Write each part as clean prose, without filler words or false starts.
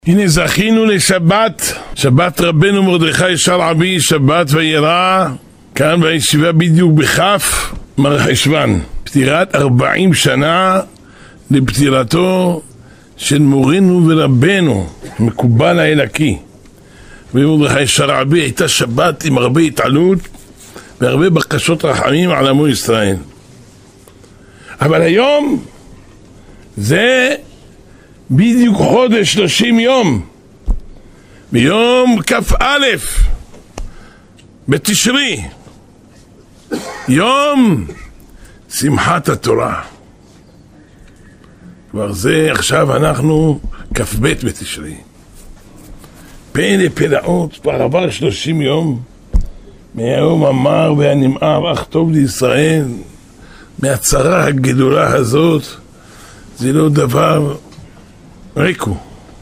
הנה זכינו לשבת, שבת רבנו מרדכי שרעבי, שבת וירא, כאן בישיבה בדיוק בכף מרחשוון. פטירת 40 שנה לפטירתו של מורנו ורבנו, מקובל האלוקי. ומרדכי שרעבי הייתה שבת עם הרבה התעלות והרבה בקשות רחמים על עמו ישראל. אבל היום זה בדיוק חודש 30 יום, ביום כ"א בתשרי, יום שמחת התורה. כבר זה עכשיו אנחנו כ"ב בתשרי. פלא פלאות, כבר עבר 30 יום מהיום המר והנמהר, אך טוב לישראל. מהצרה הגדולה הזאת, זה לא דבר ריקו.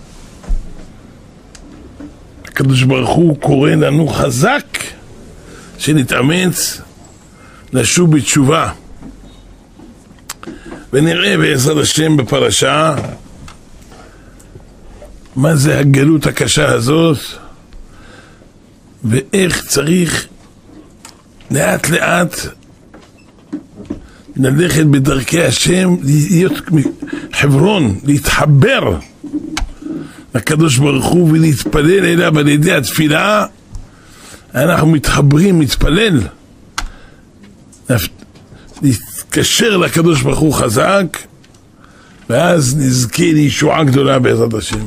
הקדוש ברוך הוא קורא לנו חזק שנתאמץ לשוב בתשובה, ונראה בעזרת השם בפרשה מה זה הגלות הקשה הזאת ואיך צריך לאט לאט ללכת בדרכי השם, להיות חברון, להתחבר לקדוש ברוך הוא ולהתפלל אליו על ידי התפילה. אנחנו מתחברים, מתפלל, להתקשר לקדוש ברוך הוא חזק, ואז נזכה לישועה גדולה בעזרת השם.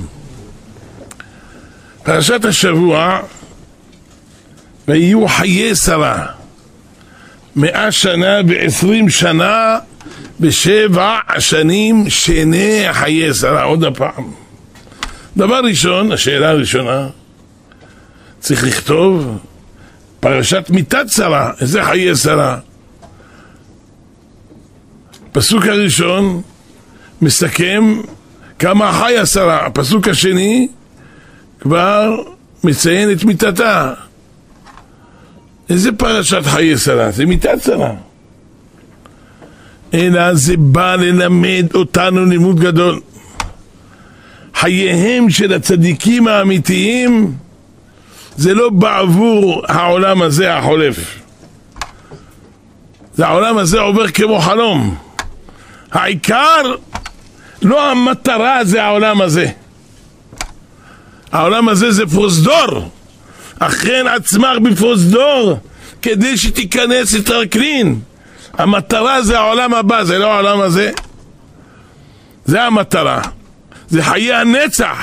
פרשת השבוע, ויהיו חיי שרה 100 שנה ו20 שנה ב7 השנים שני חיי שרה. עוד הפעם, דבר ראשון, השאלה הראשונה, צריך לכתוב פרשת מיתת שרה. איזה חיי שרה? פסוק הראשון מסכם כמה חיה שרה, הפסוק השני כבר מציין את מיתתה. איזה פרשת חיי שרה? זה מיתת שרה. אלא זה בא ללמד אותנו לימוד גדול. חייהם של הצדיקים האמיתיים זה לא בעבור העולם הזה החולף. זה העולם הזה עובר כמו חלום. העיקר לא המטרה, זה העולם הזה. העולם הזה זה פרוזדור. אכן עצמך בפרוזדור כדי שתיכנס לתרקלין. המטרה זה העולם הבא, זה לא העולם הזה. זה המטרה, זה חיי הנצח,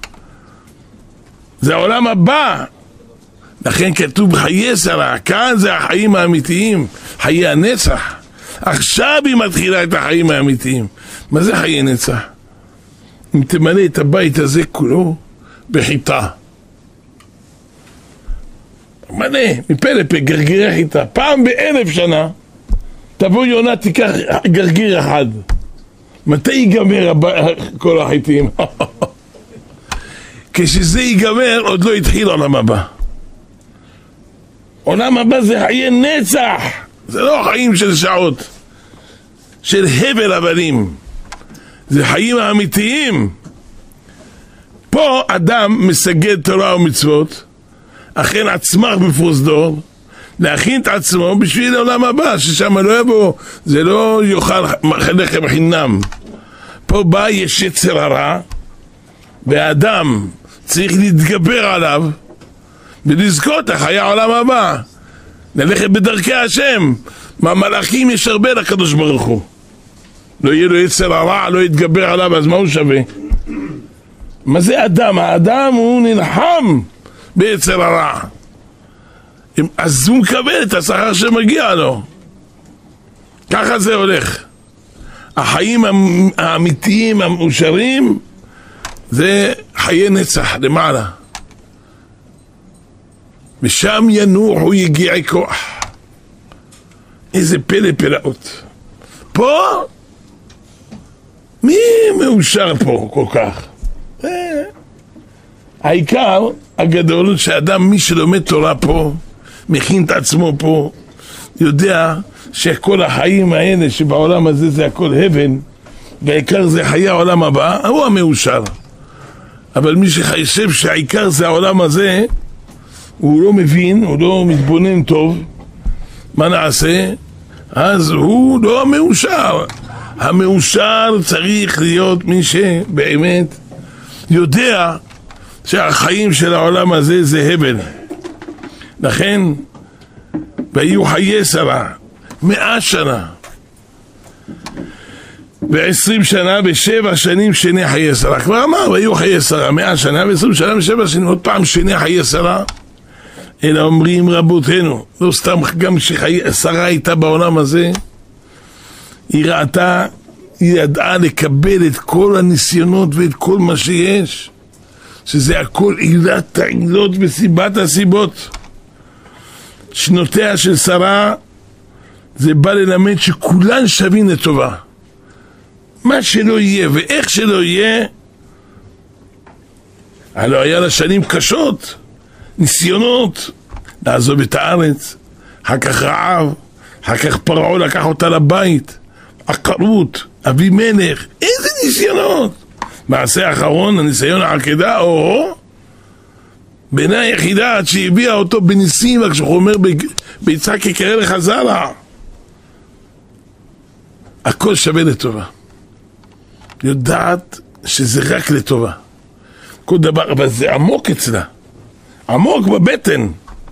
זה העולם הבא. לכן כתוב חיי שרה. כאן זה החיים האמיתיים, חיי הנצח. עכשיו היא מתחילה את החיים האמיתיים. מה זה חיי נצח? אם תמלא את הבית הזה כולו בחיטה, מלא, מפה לפה, גרגירי חיטה. פעם ב1000 שנה תבוא יונה, תיקח גרגיר אחד. מתי ייגמר כל החיטים? כשזה ייגמר עוד לא התחיל עולם הבא. עולם הבא זה חיי נצח, זה לא חיים של שעות, של הבל הבלים, זה חיים האמיתיים. פה אדם מסגד תורה ומצוות, אכן עצמך בפרוזדור, להכין את עצמו בשביל העולם הבא, ששם לא יבוא, זה לא יאכל לחם חינם. פה בא יש יצר הרע, והאדם צריך להתגבר עליו ולזכות לחיי העולם הבא, ללכת בדרכי השם. מהמלאכים יש הרבה לקדוש ברוך הוא. לא יהיה לו יצר הרע, לא יתגבר עליו, אז מה הוא שווה? מה זה אדם? האדם הוא נלחם ביצר הרע, אז הוא מקבל את השכר שמגיע לו. ככה זה הולך. החיים האמיתיים המאושרים זה חיי נצח למעלה, ושם ינוחו יגיעי כוח. איזה פלא פלאות. פה מי מאושר פה כל כך? העיקר הגדול שאדם, מי שלומד תורה פה, מכין את עצמו פה, יודע שכל החיים האלה שבעולם הזה זה הכל הבל, בעיקר זה חיי העולם הבא, הוא המאושר. אבל מי שחושב שהעיקר זה העולם הזה, הוא לא מבין, הוא לא מתבונן טוב, מה נעשה? אז הוא לא המאושר. המאושר צריך להיות מי שבאמת יודע שהחיים של העולם הזה זה הבל. לכן, והיו חיי שרה 100 שנה ו20 שנה ו7 שנים שני חיי שרה. כבר אמר, והיו חיי שרה 100 שנה ו20 שנה ו7 שנים, עוד פעם שני חיי שרה. אלא אומרים רבותינו, לא סתם, גם ששרה הייתה בעולם הזה, היא ראתה, היא ידעה לקבל את כל הניסיונות ואת כל מה שיש, שזה הכל עילת העילות וסיבת הסיבות. שנותיה של שרה זה בא ללמד שכולן שווים לטובה. מה שלא יהיה ואיך שלא יהיה, הלוא היה לה שנים קשות, ניסיונות לעזוב את הארץ, אחר כך רעב, אחר כך פרעה לקח אותה לבית, עקרות, אבימלך, איזה ניסיונות. מעשה האחרון, הניסיון העקדה, או בעיני היחידה עד שהביאה אותו בניסים, רק שהוא אומר ביצחק יקרא לך זרע. הכל שווה לטובה, יודעת שזה רק לטובה כל דבר, אבל זה עמוק אצלה, עמוק בבטן.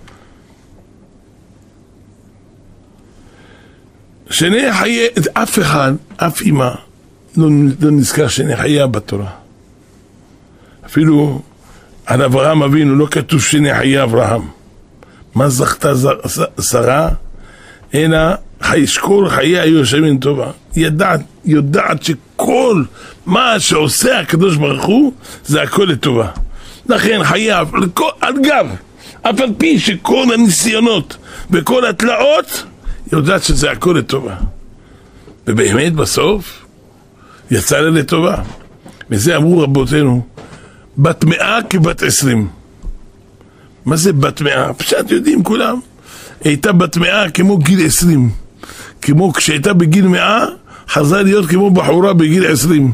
שני חיי, אף אחד, אף אמא לא נזכר שני חייה בתורה. אפילו על אברהם אבינו לא כתוב שני חיי אברהם. מה זכתה שרה? אלא כל חיי היו שווים טובה. יודעת שכל מה שעושה הקדוש ברוך הוא זה הכל לטובה. לכן חייב, על גב, אף על פי שכל הניסיונות וכל התלאות, יודעת שזה הכל לטובה. ובאמת בסוף יצא לה לטובה. וזה אמרו רבותינו, בת 100 כבת 20. מה זה בת 100? פשוט יודעים כולם. הייתה בת 100 כמו גיל 20. כמו כשהייתה בגיל 100, חזרה להיות כמו בחורה בגיל 20.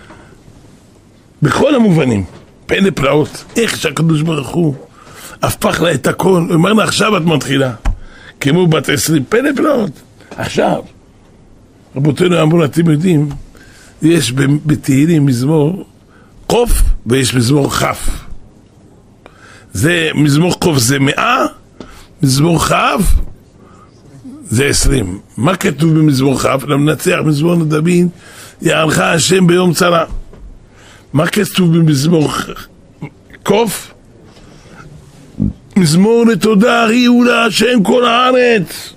בכל המובנים. פלא פלאות. איך שהקדוש ברוך הוא הפך לה את הכל. הוא אומר לה, עכשיו את מתחילה. כמו בת 20. פלא פלאות. עכשיו. רבותינו אמרו, אתם יודעים, יש בתהילים מזמור קוף ויש מזמור חף. זה מזמור קוף זה 100, מזמור חף זה 20. מה כתוב במזמור חף? למנצח מזמור דוד, יענך השם ביום צרה. מה כתוב במזמור קוף? מזמור לתודה הריעו להשם כל הארץ.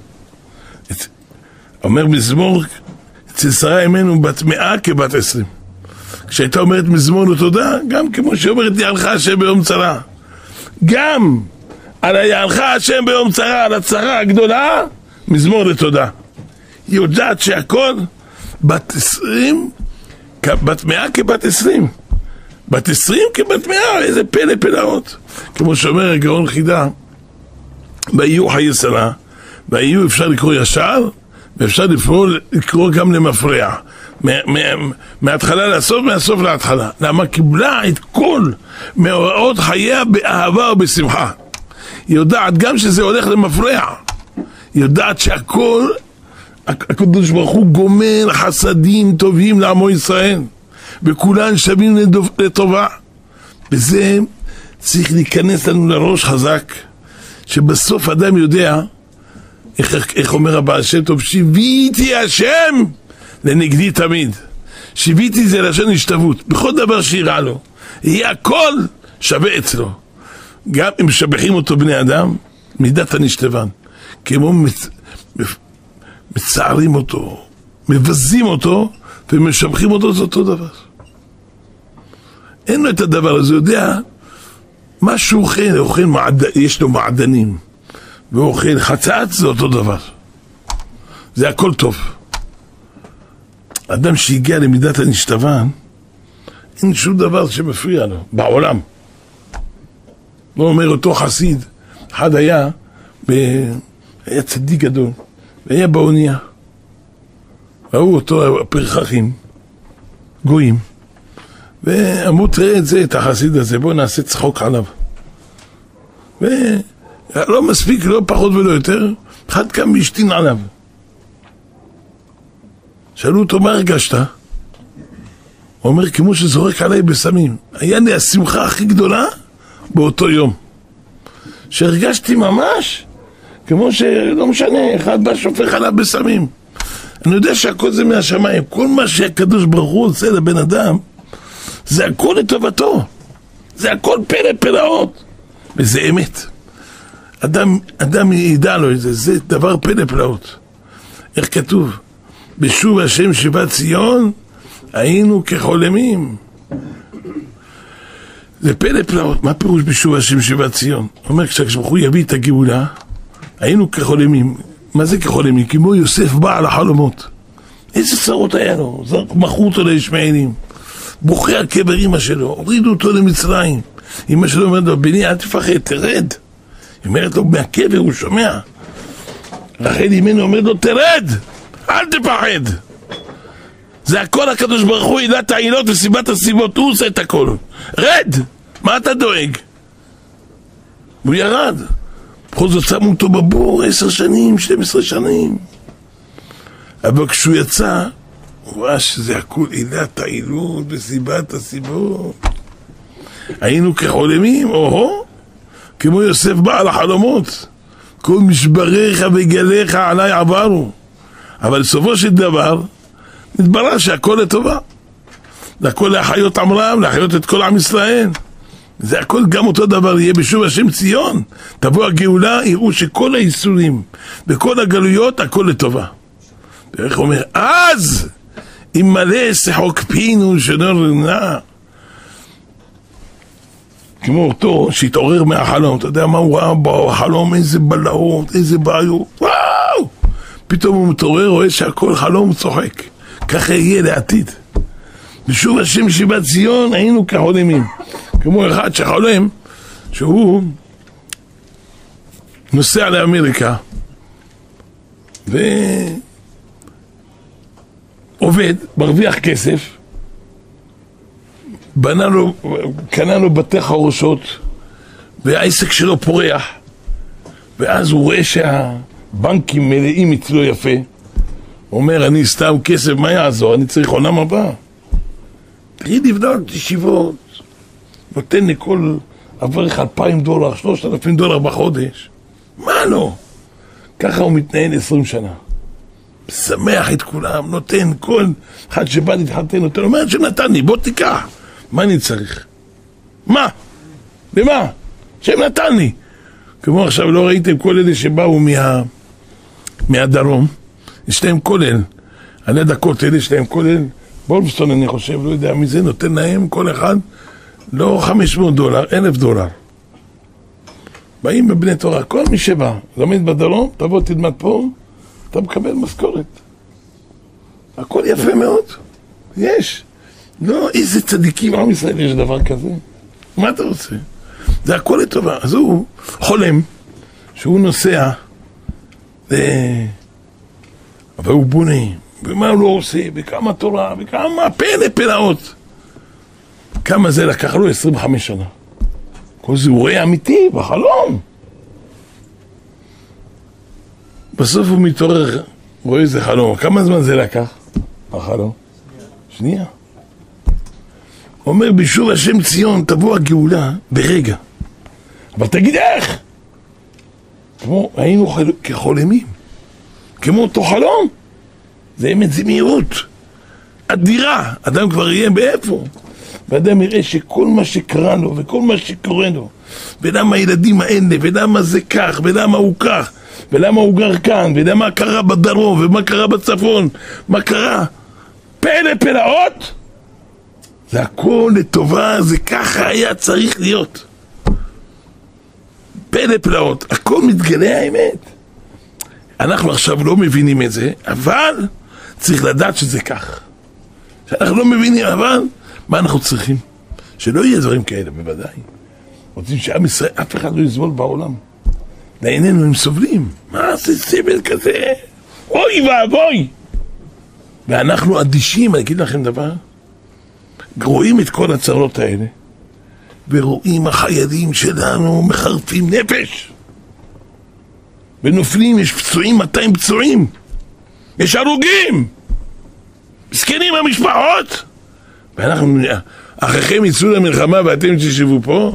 אומר מזמור אצל שרה אמנו בת 100 כבת 20. כשהייתה אומרת מזמור לתודה, גם כמו שאומרת יענך השם ביום צרה, גם על היענך השם ביום צרה, על הצרה הגדולה, מזמור לתודה. היא יודעת שהכל בת 20, בת 100 כבת 20. בת 20 כבת 100, איזה פלא פלאות. כמו שאומר הגאון חידה, ויהיו חיי שרה, ויהיו אפשר לקרוא ישר, ואפשר לקרוא גם למפרע. מההתחלה לסוף, מהסוף להתחלה. למה קיבלה את כל מאורעות חייה באהבה ובשמחה. היא יודעת גם שזה הולך למפרע. היא יודעת שהכל, הקדוש ברוך הוא גומר חסדים טובים לעמו ישראל. וכולן שווים לטובה. וזה צריך להיכנס לנו לראש חזק, שבסוף אדם יודע, איך אומר הבעל שם טוב, שיוויתי השם לנגדי תמיד. שיוויתי זה לשון השתוות. בכל דבר שיראה לו, יהיה הכל שווה אצלו. גם אם משבחים אותו בני אדם, מידת הנשתבן. כמו מצערים אותו, מבזים אותו, ומשבחים אותו, זה אותו דבר. אין לו את הדבר הזה, יודע מה שהוא אוכל, יש לו מעדנים, ואוכל חצץ, זה אותו דבר. זה הכל טוב. אדם שהגיע למידת הנשתבן, אין שום דבר שמפריע לו, בעולם. לא אומר אותו חסיד, אחד היה צדיק גדול, והיה באונייה. ראו אותו פרחחים, גויים, ואמרו, תראה את זה, את החסיד הזה, בואו נעשה צחוק עליו. ולא מספיק, לא פחות ולא יותר, אחד קם והשתין עליו. שאלו אותו, מה הרגשת? הוא אומר, כמו שזורק עליי בסמים. היה לי השמחה הכי גדולה באותו יום. שהרגשתי ממש, כמו שלא משנה, אחד בא שופך עליו בסמים. אני יודע שהכל זה מהשמיים. כל מה שהקדוש ברוך הוא עושה לבן אדם, זה הכל לטובתו. זה הכל פלא פלאות. וזה אמת. אדם ידע לו את זה, זה דבר פלא פלאות. איך כתוב? בשוב השם שיבת ציון, היינו כחולמים. זה פלא פלאות. מה פירוש בשוב השם שיבת ציון? הוא אומר, כשהוא יביא את הגאולה, היינו כחולמים. מה זה כחולמים? כמו יוסף בעל החלומות. איזה צרות היה לו? מכרו אותו לישמעאלים. בוכה על קבר אמא שלו, הורידו אותו למצרים. אמא שלו אומרת לו, בני אל תפחד, תרד. היא אומרת לו, מהקבר הוא שומע. רחל אמנו אומרת לו, תרד, אל תפחד. זה הכל הקדוש ברוך הוא, עילת העילות וסיבת הסיבות, הוא עושה את הכל. רד, מה אתה דואג? הוא ירד. בכל זאת שמו אותו בבור 10 שנים, 12 שנים. אבל כשהוא יצא, הוא ראה שזה הכל עילת העילות וסיבת הסיבות. היינו כחולמים, כמו יוסף בעל החלומות. כל משבריך וגליך עליי עברו. אבל בסופו של דבר, מתברר שהכל לטובה. זה הכל להחיות עמרם, להחיות את כל עם ישראל. זה הכל גם אותו דבר יהיה בשוב השם ציון. תבוא הגאולה, יראו שכל האיסורים וכל הגלויות, הכל לטובה. ואיך הוא אומר, אז אם מלא שחוק פינו שנור רנה. כמו אותו שהתעורר מהחלום, אתה יודע מה הוא ראה בחלום, איזה בלהות, איזה בעיות, וואו! פתאום הוא מתעורר, רואה שהכל חלום הוא צוחק. ככה יהיה לעתיד. בשוב השם שיבת ציון היינו כחולמים. כמו אחד שחולם שהוא נוסע לאמריקה ועובד, מרוויח כסף, קנה לו בתי חרושות והעסק שלו פורח, ואז הוא רואה שהבנקים מלאים אצלו יפה. הוא אומר, אני סתם כסף, מה יעזור? אני צריך עולם הבא. תגיד לבנות ישיבות, נותן לכל עברך $2,000, $3,000 בחודש. מה לא? ככה הוא מתנהל 20 שנה. שמח את כולם, נותן כל אחד שבא להתחתן, נותן, אומר שנתן לי, בוא תיקח. מה אני צריך? מה? במה? שהם נתן לי. כמו עכשיו, לא ראיתם כל אלה שבאו מהדרום, יש להם כולל, על יד הכותל יש להם כולל, בולפסטון אני חושב, לא יודע מי זה, נותן להם כל אחד, לא $500, $1,000. באים בבני תורה, כל מי שבא, לומד בדרום, תבוא תלמד פה, אתה מקבל משכורת. הכל יפה מאוד, יש. לא, איזה צדיקים, עם ישראל יש דבר כזה. מה אתה רוצה? זה הכל לטובה. אז הוא חולם, שהוא נוסע, אבל הוא בונה, ומה הוא לא עושה, וכמה תורה, וכמה פלא פלאות. כמה זה לקח לו? 25 שנה. כל זה הוא רואה אמיתי, בחלום. בסוף הוא מתעורר, רואה איזה חלום. כמה זמן זה לקח? בחלום? שנייה. הוא אומר, בשוב השם ציון תבוא הגאולה ברגע. אבל תגיד איך? כמו היינו כחולמים. כמו אותו חלום. זה אמת, זה מהירות אדירה. אדם כבר יהיה באיפה. ואדם יראה שכל מה שקרה לו וכל מה שקורה לו, ולמה הילדים האלה, ולמה זה כך, ולמה הוא כך, ולמה הוא גר כאן, ולמה קרה בדרום, ומה קרה בצפון, מה קרה, פלא פלאות, זה הכל לטובה, זה ככה היה צריך להיות. פלא פלאות, הכל מתגלה האמת. אנחנו עכשיו לא מבינים את זה, אבל צריך לדעת שזה כך. שאנחנו לא מבינים, אבל מה אנחנו צריכים? שלא יהיה דברים כאלה, בוודאי. רוצים שעם ישראל, אף אחד לא יסבול בעולם. לעינינו הם סובלים. מה זה סבל כזה? אוי ואבוי! ואנחנו אדישים, אני אגיד לכם דבר. רואים את כל הצרות האלה, ורואים החיילים שלנו מחרפים נפש, ונופלים, יש פצועים, 200 פצועים, יש הרוגים, מסכנים המשפחות, ואנחנו, אחריכם יצאו למלחמה ואתם תשבו פה.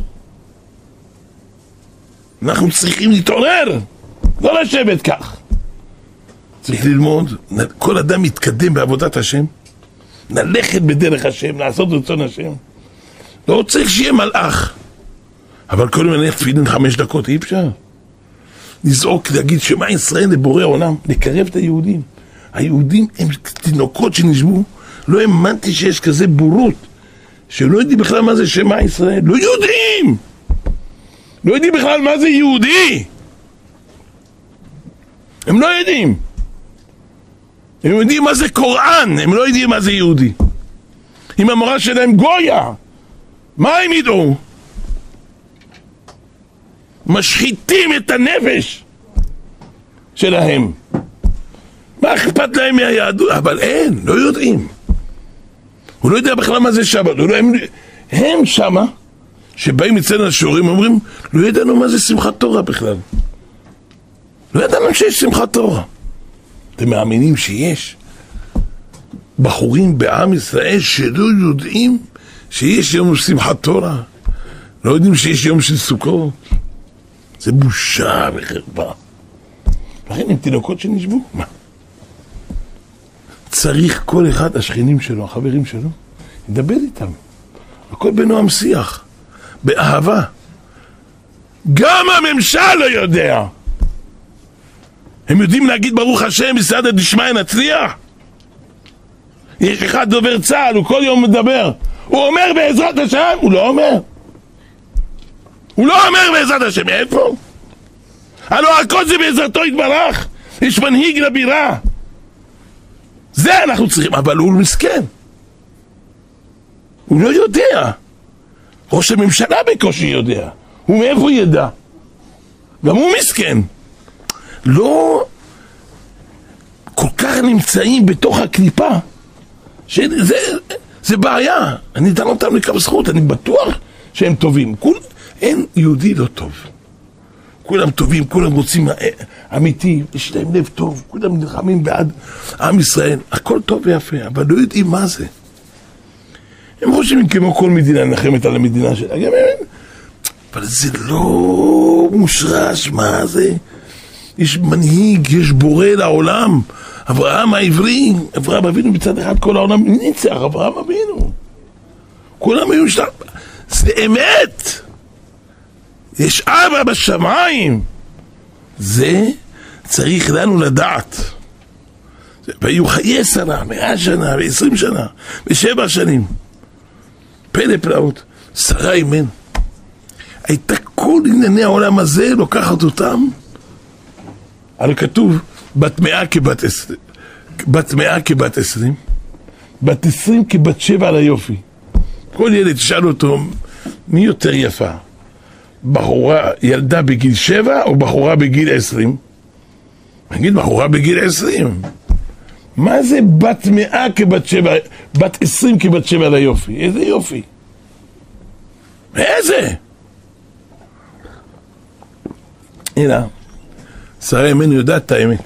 אנחנו צריכים להתעורר, לא לשבת כך. צריך ללמוד, כל אדם מתקדם בעבודת השם, ללכת בדרך השם, לעשות רצון השם. לא צריך שיהיה מלאך, אבל קודם נלך תפילין 5 דקות, אי אפשר. לזעוק, להגיד שמע ישראל לבורא העולם, לקרב את היהודים. היהודים הם תינוקות שנשבו, לא האמנתי שיש כזה בורות, שלא יודעים בכלל מה זה שמע ישראל, לא יודעים! לא יודעים בכלל מה זה יהודי. הם לא יודעים. הם יודעים מה זה קוראן, הם לא יודעים מה זה יהודי. אם המורה שלהם גויה, מה הם ידעו? משחיתים את הנפש שלהם. מה אכפת להם מהיהדות? אבל אין, לא יודעים. הוא לא יודע בכלל מה זה שבת. הם שמה, שבאים אצלנו לשיעורים, אומרים, לא ידענו מה זה שמחת תורה בכלל. לא ידענו שיש שמחת תורה. אתם מאמינים שיש בחורים בעם ישראל שלא יודעים שיש יום של שמחת תורה? לא יודעים שיש יום של סוכות? זה בושה וחרפה. לכן הם תינוקות שנשבו. מה? צריך כל אחד, השכנים שלו, החברים שלו, לדבר איתם. הכל בנועם שיח, באהבה. גם הממשל לא יודע. הם יודעים להגיד ברוך השם בסייעתא דשמיא נצליח? יש אחד דובר צה"ל, הוא כל יום מדבר, הוא אומר בעזרת השם? הוא לא אומר. הוא לא אומר בעזרת השם. איפה? הלוא הכל זה בעזרתו יתברך. יש מנהיג לבירה. זה אנחנו צריכים, אבל הוא מסכן. הוא לא יודע. ראש הממשלה בקושי יודע. הוא מאיפה ידע? גם הוא מסכן. לא כל כך נמצאים בתוך הקליפה, זה בעיה. אני אתן אותם לקו זכות, אני בטוח שהם טובים. אין יהודי לא טוב. כולם טובים, כולם רוצים אמיתי, יש להם לב טוב, כולם נלחמים בעד עם ישראל, הכל טוב ויפה, אבל לא יודעים מה זה. הם חושבים כמו כל מדינה נלחמת על המדינה שלה, אבל זה לא מושרש, מה זה? יש מנהיג, יש בורא לעולם. אברהם העברי, אברהם אבינו מצד אחד, כל העולם ניצח, אברהם אבינו. כולם היו שלם. זה אמת. יש אבא בשמיים. זה צריך לנו לדעת. והיו חיי שנה, 100 שנה, ו20 שנה, ו7 שנים. פלא פלאות. שרה אימנו. הייתה כל ענייני העולם הזה, לוקחת אותם. אבל כתוב, בת 100 כבת 20, בת 100 כבת 20, בת 20 כבת 7 על היופי. כל ילד תשאל אותו, מי יותר יפה? בחורה, ילדה בגיל 7 או בחורה בגיל 20? נגיד בחורה בגיל 20. מה זה בת 100 כבת 7, בת 20 כבת 7 על היופי? איזה יופי? איזה? הנה, שרה אימנו יודעת את האמת.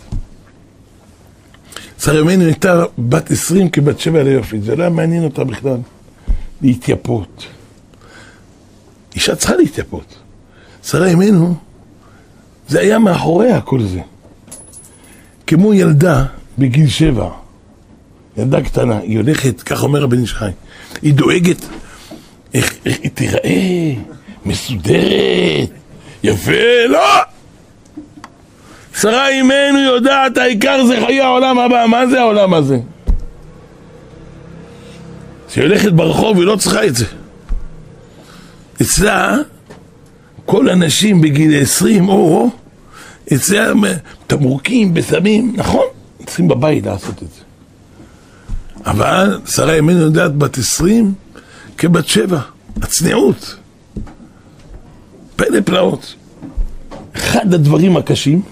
שרה אימנו הייתה בת 20 כבת 7 על היופי. זה לא מעניין אותה בכלל. להתייפות. אישה צריכה להתייפות. שרה אימנו, זה היה מאחוריה כל זה. כמו ילדה בגיל 7, ילדה קטנה, היא הולכת, כך אומר הבן איש חי, היא דואגת, איך היא תיראה, מסודרת, יפה, לא! שרה אימנו יודעת, העיקר זה חיי העולם הבא. מה זה העולם הזה? שהיא הולכת ברחוב, היא לא צריכה את זה. אצלה, כל אנשים בגיל 20, אצלה תמרוקים, בסמים, נכון? צריכים בבית לעשות את זה. אבל שרה אימנו יודעת בת 20 כבת 7, הצניעות. פלא פלאות. אחד הדברים הקשים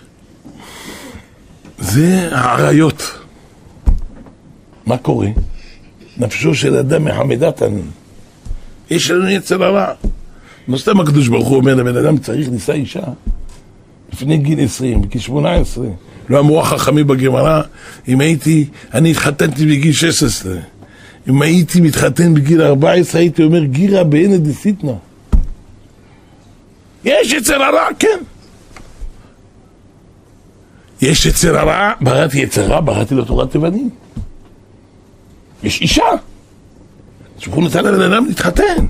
זה העריות. מה קורה? נפשו של אדם מחמדתן. יש לנו יצר הרע. לא סתם הקדוש ברוך הוא אומר לבן אדם צריך נישא אישה לפני גיל 20, בגיל 18. לא אמרו החכמים בגמרא, אני התחתנתי בגיל 16. אם הייתי מתחתן בגיל 14, הייתי אומר גירה בעיני דסיטנה. יש יצר הרע, כן. יש יצר הרע, בראתי יצר רע, בראתי לו תורת תימנים. יש אישה. שהוא נתן לבן אדם להתחתן.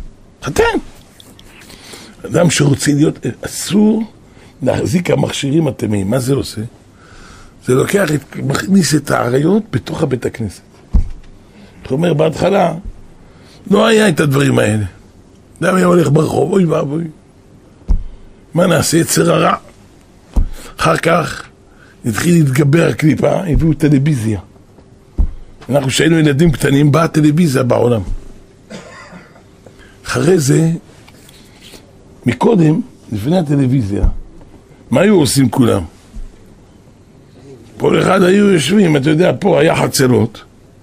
אדם שרוצה להיות, אסור להחזיק המכשירים הטמאים. מה זה עושה? זה לוקח, מכניס את העריות בתוך הבית הכנסת. זאת אומרת, בהתחלה לא היה את הדברים האלה. אדם היה הולך ברחוב, אוי ואבוי. מה נעשה? יצר הרע. אחר כך התחיל להתגבר הקליפה, הביאו טלוויזיה. אנחנו שהיינו ילדים קטנים, באה טלוויזיה בעולם. אחרי זה, מקודם, לפני הטלוויזיה, מה היו עושים כולם? כל אחד היו יושבים, אתה יודע, פה היה חצרות,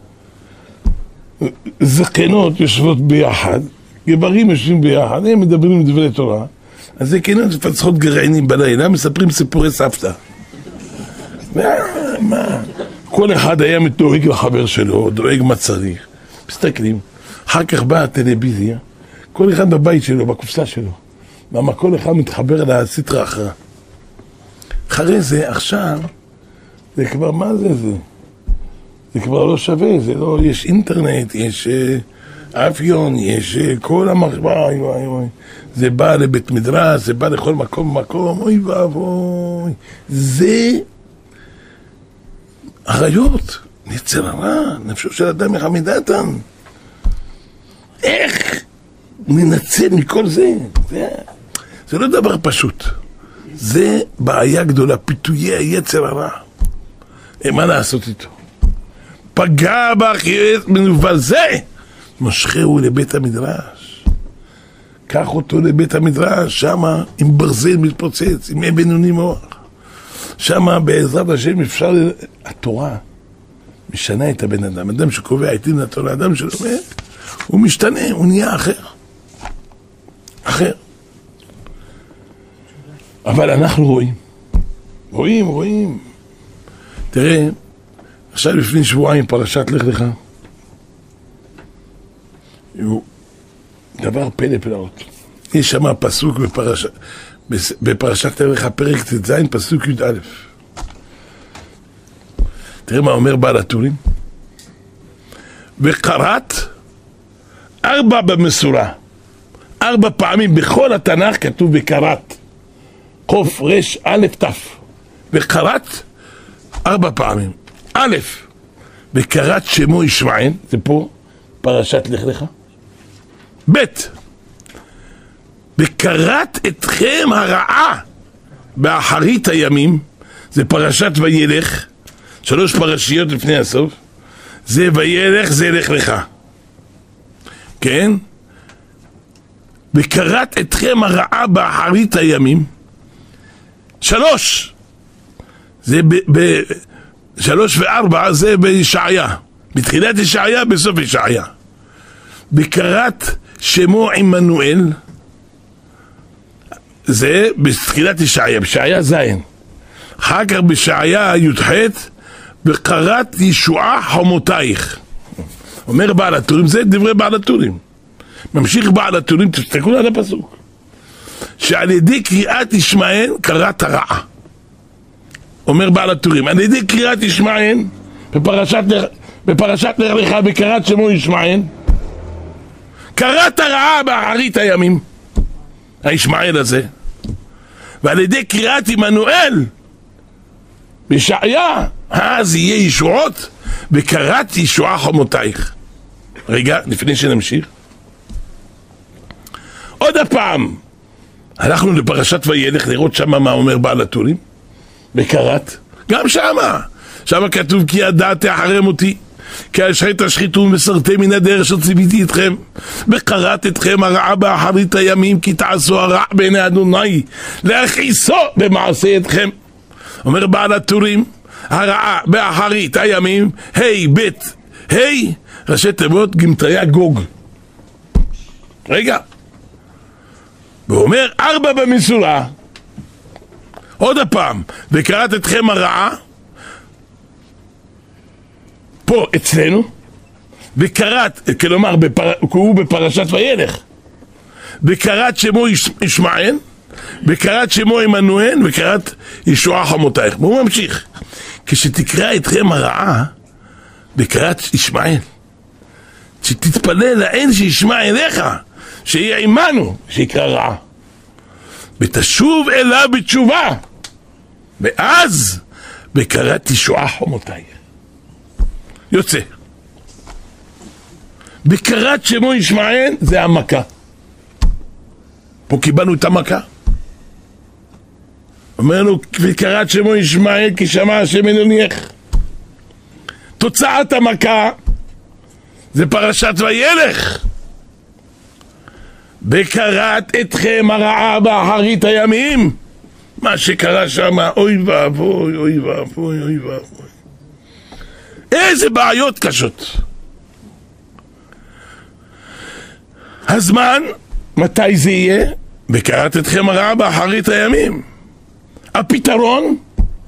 זקנות יושבות ביחד, גברים יושבים ביחד, הם מדברים דברי תורה, אז זקנות מפצחות גרעינים בלילה, מספרים סיפורי סבתא. מה? כל אחד היה דואג לחבר שלו, דואג מה צריך. מסתכלים, אחר כך באה הטלוויזיה, כל אחד בבית שלו, בקופסה שלו. למה כל אחד מתחבר לסטרה אחרה. אחרי זה, עכשיו, זה כבר, מה זה? זה כבר לא שווה, זה לא, יש אינטרנט, יש אפיון, יש כל המחבר, זה בא לבית מדרש, זה בא לכל מקום, אוי ואבוי. זה עריות, יצר הרע, נפשו של אדם מחמדתן. איך ננצל מכל זה? זה לא דבר פשוט. זה בעיה גדולה, פיתויי היצר הרע. מה לעשות איתו? פגע באחיות מנוול זה, משכהו לבית המדרש. קח אותו לבית המדרש, שמה עם ברזל מתפוצץ, עם בינוני מוח. שמה בעזרת השם אפשר, התורה משנה את הבן אדם. אדם שקובע עיתים לתורה, אדם שלומד, הוא משתנה, הוא נהיה אחר. אבל אנחנו רואים. תראה, עכשיו לפני שבועיים פרשת לך לך, דבר פלא פלאות. יש שם פסוק בפרשת לך פרק ט"ז, פסוק י"א. תראה מה אומר בעל הטורים. וקראת 4 במסורה, 4 פעמים בכל התנ"ך כתוב וקראת, קוף רש א' ת', וקראת 4 פעמים. א', וקראת שמו ישמעאל, זה פה פרשת לך לך. ב', וקראת אתכם הרעה באחרית הימים, זה פרשת וילך, 3 פרשיות לפני הסוף. זה וילך, זה לך לך, כן? וקראת אתכם הרעה באחרית הימים. 3, זה 3 ו4 זה בישעיה, בתחילת ישעיה, בסוף ישעיה. וקראת שמו עמנואל, זה בתחילת ישעיה, בישעיה זין. אחר כך בישעיה י"ח, וקראת ישועה חומותייך. אומר בעל הטורים, זה דברי בעל הטורים. ממשיך בעל הטורים, תסתכלו על הפסוק, שעל ידי קריאת ישמעאל קראת הרעה. אומר בעל הטורים, על ידי קריאת ישמעאל בפרשת לך לך, וקראת שמו ישמעאל, קראת הרעה באחרית הימים, הישמעאל הזה. ועל ידי קריאת עמנואל בישעיה, אז יהיה ישועות, וקראת ישועה חומותייך. רגע, לפני שנמשיך, עוד הפעם הלכנו לפרשת וילך לראות שמה מה אומר בעל הטורים. וקראת, גם שמה כתוב כי ידעת אחריהם אותי, כי אשרי תשחיתו ומסרתם מן הדרך שציוויתי אתכם, וקראת אתכם הרעה באחרית הימים, כי תעשו הרע בעיני אדוני להכעיסו במעשה אתכם. אומר בעל הטורים, הרעה באחרית הימים, ה' ראשי תיבות גמטריה גוג. רגע. והוא אומר 4 במשורה. עוד הפעם, וקראת אתכם הרעה, פה אצלנו, וקראת, כלומר, הוא בפרשת וילך, וקראת שמו ישמעאל, וקראת שמו עמנואל, וקראת ישועה חמותייך. והוא ממשיך, כשתקרא אתכם הרעה, וקראת ישמעאל, שתתפלל לאל שישמע אליך, שיהיה עמנו, שיקרא רעה, ותשוב אליו בתשובה, ואז וקראת ישועה חמותייך. יוצא. וקראת שמו ישמעאל זה המכה. פה קיבלנו את המכה. אמרנו, וקראת שמו ישמעאל כי שמע השם אלוהיך. תוצאת המכה זה פרשת וילך. וקראת אתכם הרעה באחרית הימים. מה שקרה שם, אוי ואבוי, אוי ואבוי, אוי ואבוי. איזה בעיות קשות. הזמן, מתי זה יהיה? וקראת אתכם הרעה באחרית הימים. הפתרון,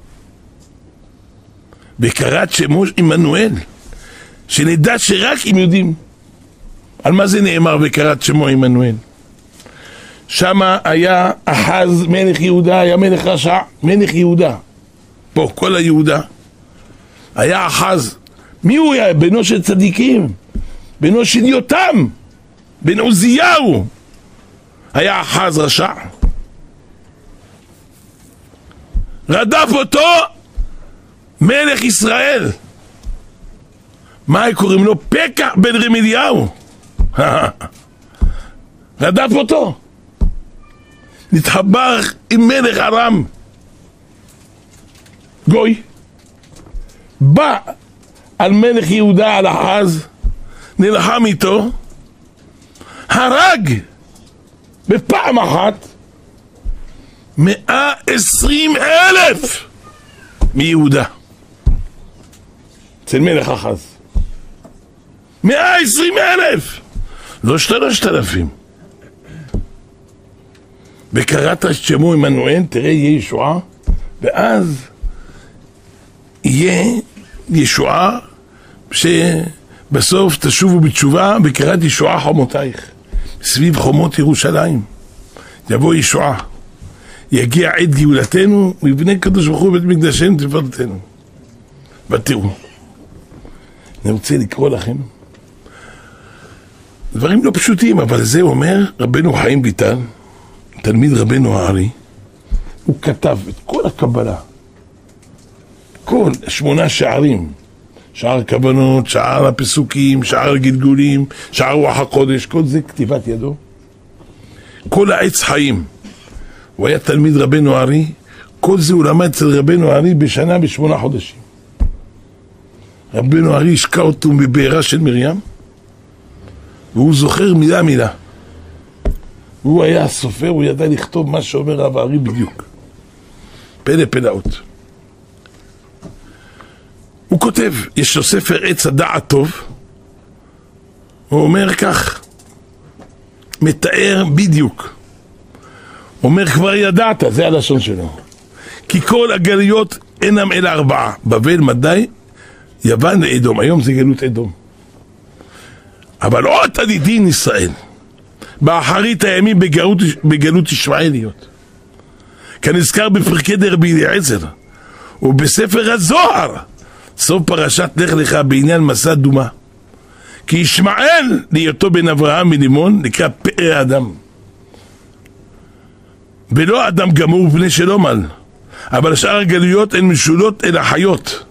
וקראת שמו עמנואל, שנדע שרק אם יודעים על מה זה נאמר וקראת שמו עמנואל. שמה היה אחז מלך יהודה, היה מלך רשע, מלך יהודה. פה כל היהודה היה אחז. מי הוא היה? בנו של צדיקים, בנו של יותם, בן עוזיהו. היה אחז רשע. רדף אותו מלך ישראל. מה קוראים לו? פקח בן רמליהו. רדף אותו. נתחבר עם מלך ארם. גוי. בא על מלך יהודה, על אחז, נלחם איתו, הרג בפעם אחת 120,000 מיהודה. אצל מלך אחז 120,000, לא 3,000. וקראת שמו עמנואל, תראה יהיה ישועה, ואז יהיה ישועה שבסוף תשובו בתשובה, וקראת ישועה חומותייך. סביב חומות ירושלים יבוא ישועה, יגיע עת גאולתנו, ויבנה קדוש ברוך הוא בית מקדשנו תפארתנו. ותראו, אני רוצה לקרוא לכם דברים לא פשוטים, אבל זה אומר רבנו חיים ויטל, תלמיד רבנו הארי. הוא כתב את כל הקבלה, כל 8 שערים, שער הכוונות, שער הפסוקים, שער הגלגולים, שער רוח הקודש, כל זה כתיבת ידו. כל העץ חיים. הוא היה תלמיד רבנו הארי, כל זה הוא למד אצל רבנו הארי בשנה ב8 חודשים. רבנו הארי השקע אותו מבעירה של מרים, והוא זוכר מילה מילה. הוא היה הסופר, הוא ידע לכתוב מה שאומר רב הארי בדיוק. פלא פלאות. הוא כותב, יש לו ספר עץ הדעת טוב, הוא אומר כך, מתאר בדיוק. הוא אומר כבר ידעת, זה הלשון שלו. כי כל הגלויות אינם אלא 4, בבל, מדי, יוון ואדום. היום זה גלות אדום. אבל עוד תדידין ישראל, באחרית הימים בגלות ישמעאליות. כנזכר בפרקי דרבי אליעזר, ובספר הזוהר, סוף פרשת לך לך בעניין מסע דומה. כי ישמעאל, להיותו בן אברהם מלימון, נקרא פאר אדם. ולא אדם גמור ובני שלום על. אבל שאר הגלויות הן משולות אל החיות.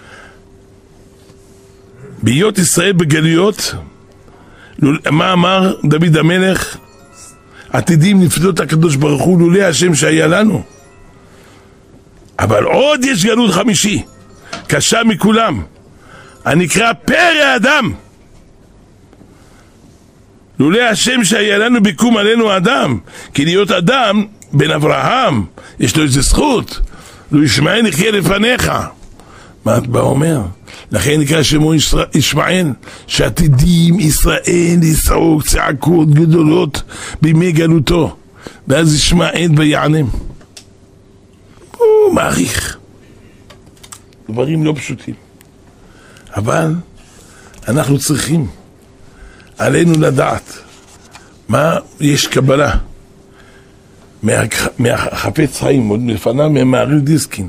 בהיות ישראל בגלויות, מה אמר דוד המלך? עתידים לפדות הקדוש ברוך הוא לולא השם שהיה לנו. אבל עוד יש גלות חמישי, קשה מכולם, הנקרא פרא אדם. לולא השם שהיה לנו ביקום עלינו אדם, כי להיות אדם בן אברהם יש לו איזה זכות, לו ישמעאל יחיה לפניך. מה את בא אומר? לכן נקרא שמו ישמעאל, שעתידים ישראל לצעוק צעקות גדולות בימי גלותו, ואז ישמעאל ויענם. הוא מעריך דברים לא פשוטים, אבל אנחנו צריכים, עלינו לדעת מה יש קבלה מהחפץ חיים, עוד לפניו מהמהר"ל דיסקין.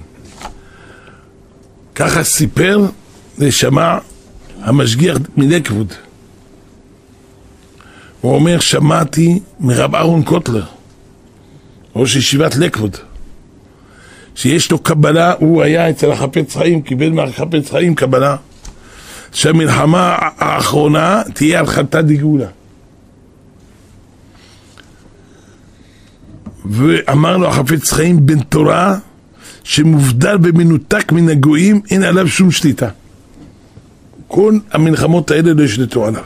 ככה סיפר ושמע המשגיח מלקווד. הוא אומר, שמעתי מרב אהרון קוטלר, ראש ישיבת לקווד, שיש לו קבלה, הוא היה אצל החפץ חיים, קיבל מהחפץ חיים קבלה, שהמלחמה האחרונה תהיה על חטא דגאולה. ואמר לו החפץ חיים, בן תורה שמובדל ומנותק מן הגויים, אין עליו שום שליטה. כל המלחמות האלה לא ישלטו עליו.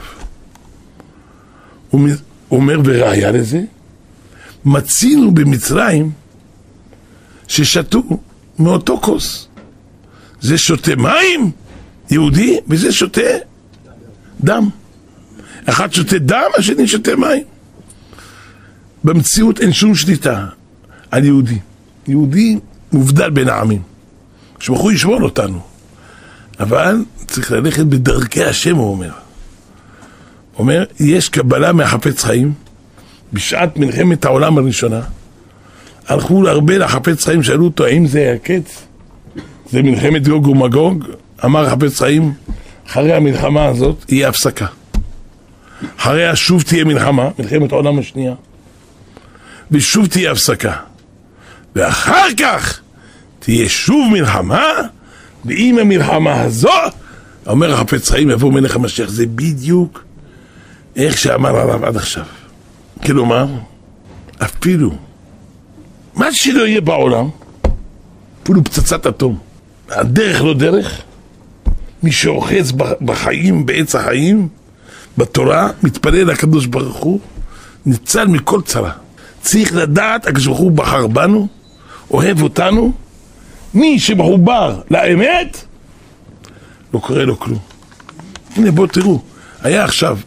הוא אומר, וראיה לזה, מצינו במצרים ששתו מאותו כוס. זה שותה מים, יהודי, וזה שותה דם. אחד שותה דם, השני שותה מים. במציאות אין שום שליטה על יהודי. יהודי מובדל בין העמים. שמוכו ישמור אותנו. אבל צריך ללכת בדרכי השם, הוא אומר. הוא אומר, יש קבלה מהחפץ חיים, בשעת מלחמת העולם הראשונה, הלכו להרבה לחפץ חיים, שאלו אותו, האם זה הקץ? זה מלחמת גוג ומגוג? אמר חפץ חיים, אחרי המלחמה הזאת יהיה הפסקה. אחריה שוב תהיה מלחמה, מלחמת העולם השנייה, ושוב תהיה הפסקה. ואחר כך תהיה שוב מלחמה, ועם המלחמה הזו, אומר החפץ חיים, יבוא מלך המשיח. זה בדיוק איך שאמר עליו עד עכשיו. כלומר, אפילו מה שלא יהיה בעולם, אפילו פצצת אטום, הדרך לא דרך, מי שאוחז בחיים, בעץ החיים, בתורה, מתפלל לקדוש ברוך הוא, ניצל מכל צרה. צריך לדעת, הקדוש ברוך הוא בחר בנו, אוהב אותנו, מי שמחובר לאמת, לא קורה לו כלום. הנה בואו תראו, היה עכשיו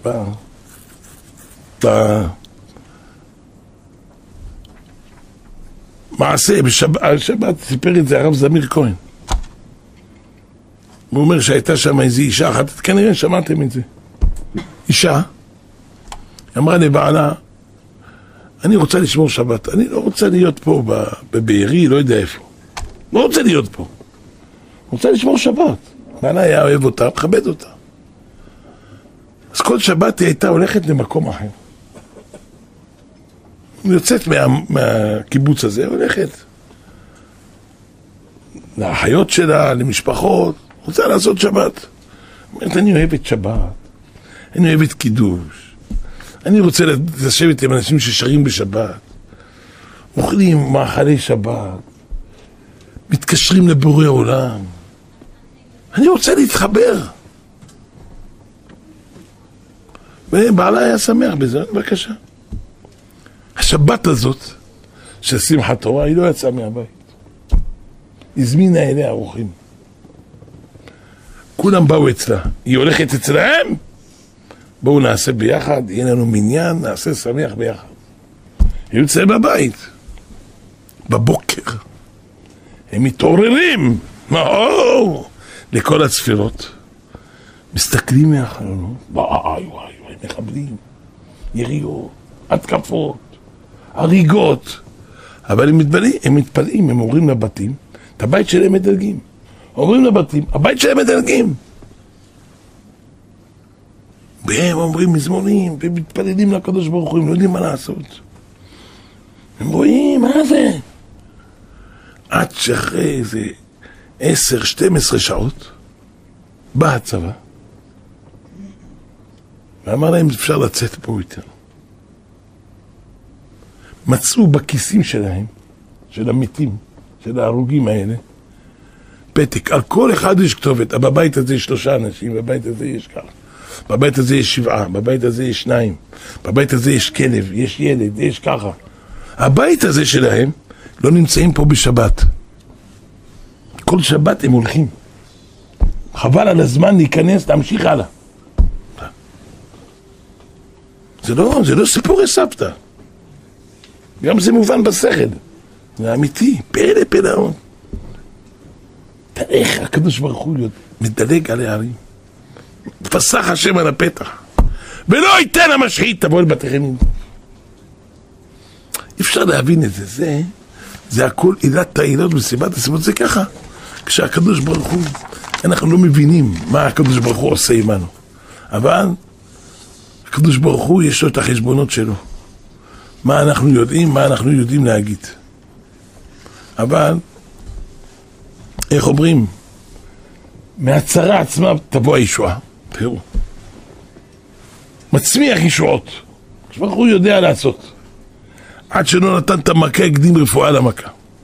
מעשה, בשבת סיפר את זה הרב זמיר כהן. הוא אומר שהייתה שם איזו אישה אחת, כנראה שמעתם את זה. אישה, אמרה לבעלה, אני רוצה לשמור שבת, אני לא רוצה להיות פה בבארי, לא יודע איפה. לא רוצה להיות פה. רוצה לשמור שבת. בעלה היה אוהב אותה, מכבד אותה. אז כל שבת היא הייתה הולכת למקום אחר. היא יוצאת מהקיבוץ הזה, הולכת לאחיות שלה, למשפחות, רוצה לעשות שבת. אומרת, אני אוהבת שבת, אני אוהבת קידוש, אני רוצה לשבת עם אנשים ששרים בשבת, אוכלים מאכלי שבת, מתקשרים לבורא עולם, אני רוצה להתחבר. ובעלה היה שמח בזה, בבקשה. השבת הזאת של שמחת תורה, היא לא יצאה מהבית. הזמינה אליה אורחים. כולם באו אצלה. היא הולכת אצלהם, בואו נעשה ביחד, יהיה לנו מניין, נעשה שמח ביחד. היא יוצאה בבית. בבוקר. הם מתעוררים. לכל הצפירות. מסתכלים מהחלונות. וואי, מחבלים. יריות, התקפות, הריגות. אבל הם מתפלאים, הם עוברים לבתים, את הבית שלהם מדלגים. עוברים לבתים, הבית שלהם מדלגים. והם אומרים מזמורים, ומתפללים לקדוש ברוך הוא, הם לא יודעים מה לעשות. הם רואים, מה זה? עד שאחרי איזה 10-12 שעות, בא הצבא, ואמר להם, אפשר לצאת פה איתנו. מצאו בכיסים שלהם, של המתים, של ההרוגים האלה, פתק, על כל אחד יש כתובת. בבית הזה יש 3 אנשים, בבית הזה יש ככה, בבית הזה יש 7, בבית הזה יש 2, בבית הזה יש כלב, יש ילד, יש ככה. הבית הזה שלהם לא נמצאים פה בשבת. כל שבת הם הולכים חבל על הזמן להיכנס, להמשיך הלאה. זה לא סיפורי סבתא. גם זה מובן בשכל. זה אמיתי, פלא פלאות. תראה איך הקדוש ברוך הוא מדלג על הערים. פסח השם על הפתח. ולא ייתן המשחית, תבוא אל בתיכם. אי אפשר להבין את זה. זה הכל עילת העילות וסיבת הסיבות. זה ככה. כשהקדוש ברוך הוא, אנחנו לא מבינים מה הקדוש ברוך הוא עושה עמנו. אבל הקדוש ברוך הוא יש לו את החשבונות שלו. מה אנחנו יודעים להגיד. אבל, איך אומרים? מהצרה עצמה תבוא הישועה. תראו. מצמיח ישועות. הקדוש ברוך הוא יודע לעשות. עד שלא נתן את המכה, הקדים רפואה למכה.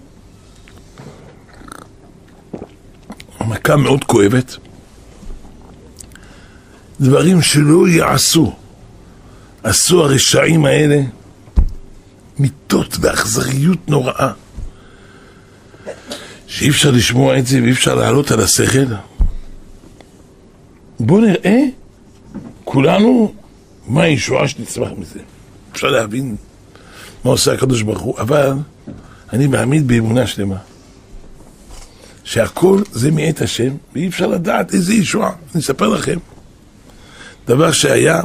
המכה מאוד כואבת. דברים שלא יעשו. עשו הרשעים האלה מיתות ואכזריות נוראה. שאי אפשר לשמוע את זה ואי אפשר לעלות על השכל. בואו נראה כולנו מה הישועה שתצמח מזה. אפשר להבין מה עושה הקדוש ברוך הוא, אבל אני מעמיד באמונה שלמה שהכל זה מאת השם ואי אפשר לדעת איזה ישועה. אני אספר לכם דבר שהיה,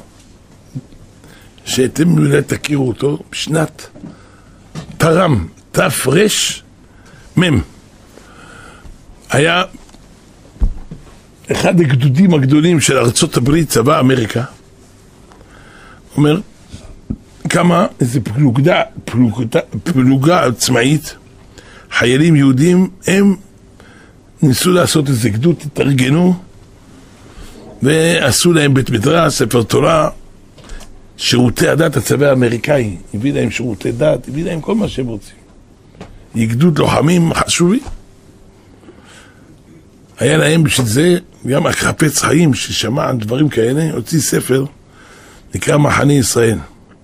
שאתם אולי תכירו אותו, בשנת תרם, תרש מם. היה אחד הגדודים הגדולים של ארצות הברית, צבא אמריקה, אומר, כמה איזה פלוגה עצמאית, חיילים יהודים, הם ניסו לעשות איזה גדוד, התארגנו, ועשו להם בית מדרש, ספר תורה, שירותי הדת, הצבא האמריקאי, הביא להם שירותי דת, הביא להם כל מה שהם רוצים. גדוד לוחמים חשובים. היה להם בשביל זה, גם החפץ חיים ששמע על דברים כאלה, הוציא ספר, נקרא מחנה ישראל.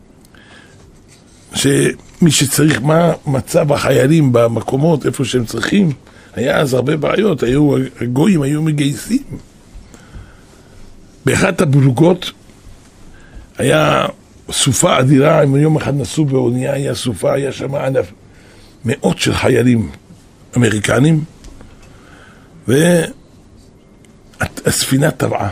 שמי שצריך, מה מצב החיילים במקומות, איפה שהם צריכים, היה אז הרבה בעיות, הגויים היו מגייסים. באחת הפלוגות היה סופה אדירה, אם יום אחד נסעו באונייה, היה סופה, היה שם מאות של חיילים אמריקנים, והספינה טבעה.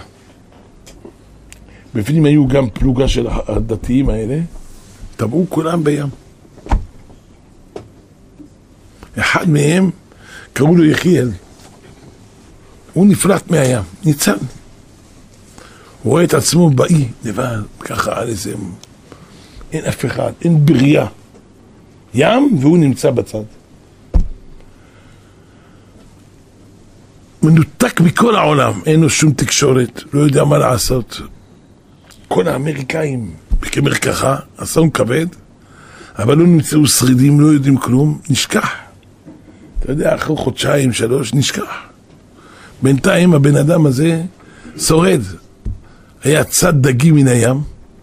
בפנים היו גם פלוגה של הדתיים האלה, טבעו כולם בים. אחד מהם, קראו לו יחיאל, הוא נפלט מהים, ניצל. הוא רואה את עצמו באי, לבד, ככה על איזה, אין אף אחד, אין בריאה. ים, והוא נמצא בצד. מנותק מכל העולם, אין לו שום תקשורת, לא יודע מה לעשות. כל האמריקאים, כמרקחה, אסון כבד, אבל לא נמצאו שרידים, לא יודעים כלום, נשכח. אתה יודע, אחרי חודשיים, 3, נשכח. בינתיים הבן אדם הזה שורד. היה צד דגים מן הים,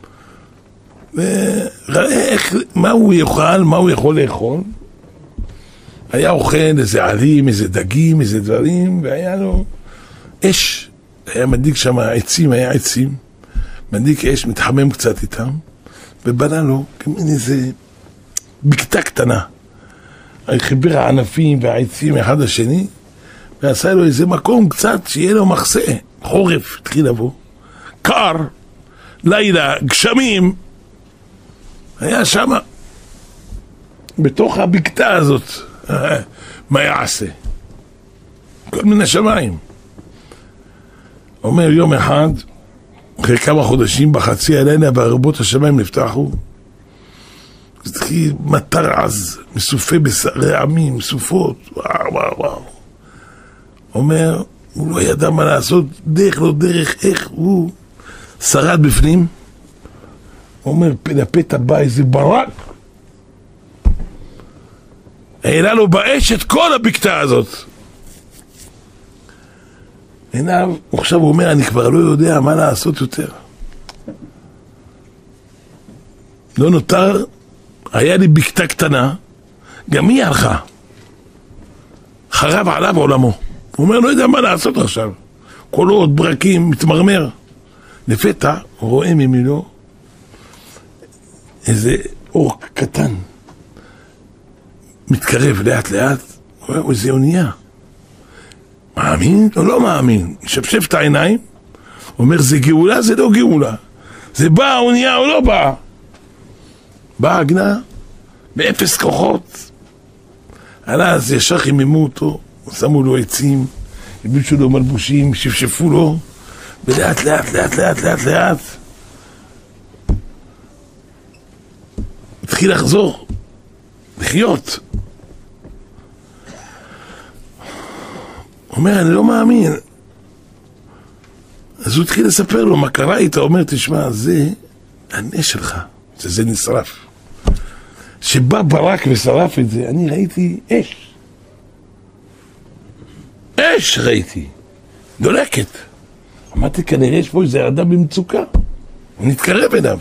וראה מה הוא יאכל, מה הוא יכול לאכול. היה אוכל איזה עלים, איזה דגים, איזה דברים, והיה לו אש. היה מדליק שם עצים, היה עצים. מדליק אש, מתחמם קצת איתם, ובנה לו כמין איזה בקתה קטנה. חיבר הענפים והעצים אחד לשני, ועשה לו איזה מקום קצת שיהיה לו מחסה. חורף התחיל לבוא. קר, לילה, גשמים, היה שם, בתוך הבקתה הזאת, מה יעשה? כל מיני שמיים. אומר יום אחד, אחרי כמה חודשים, בחצי הלילה, והרבות השמיים נפתחו, התחיל מטר עז, מסופה רעמים, סופות, וואו. אומר, הוא לא ידע מה לעשות, דרך לא דרך, איך הוא שרד בפנים. הוא אומר, לפתע בא איזה ברק, העלה לו באש את כל הבקתה הזאת. עיניו, עכשיו הוא אומר, אני כבר לא יודע מה לעשות יותר. לא נותר, היה לי בקתה קטנה, גם היא הלכה. חרב עליו עולמו. הוא אומר, לא יודע מה לעשות עכשיו. קולות, ברקים, מתמרמר. לפתע הוא רואה ממנו איזה אור קטן, מתקרב לאט לאט, הוא רואה איזה אונייה. מאמין או לא מאמין? משפשף את העיניים, אומר זה גאולה, זה לא גאולה. זה בא האונייה או לא בא? באה עגנה, באפס כוחות. אז ישר חיממו אותו, שמו לו עצים, הלבישו לו מלבושים, שפשפו לו, ולאט לאט לאט לאט לאט לאט התחיל לחזור, לחיות. הוא אומר, אני לא מאמין. אז הוא התחיל לספר לו מה קרה איתה, הוא אומר, תשמע, זה הנס שלך, שזה נשרף. שבא ברק ושרף את זה, אני ראיתי אש. אש ראיתי, דולקת. אמרתי, כנראה יש פה איזה אדם במצוקה. הוא נתקרב אליו.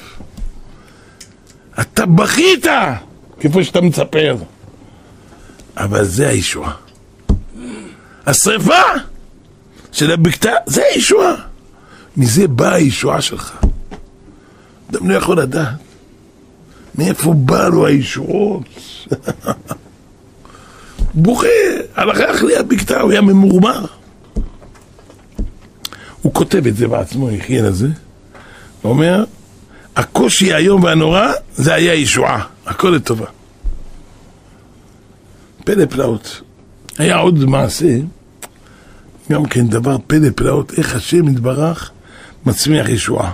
אתה בכית, כפי שאתה מצפר. אבל זה הישועה. השריפה של הבקתה, זה הישועה. מזה באה הישועה שלך. אדם לא יכול לדעת. מאיפה בא לו הישועות? בוכה, הלך לי הבקתה, הוא היה ממורמר. הוא כותב את זה בעצמו, יחיין הזה. הוא אומר, הקושי היום והנורא, זה היה ישועה. הכל לטובה. פלא פלאות. היה עוד מעשה, גם כן דבר פלא פלאות, איך השם יתברך מצמיח ישועה.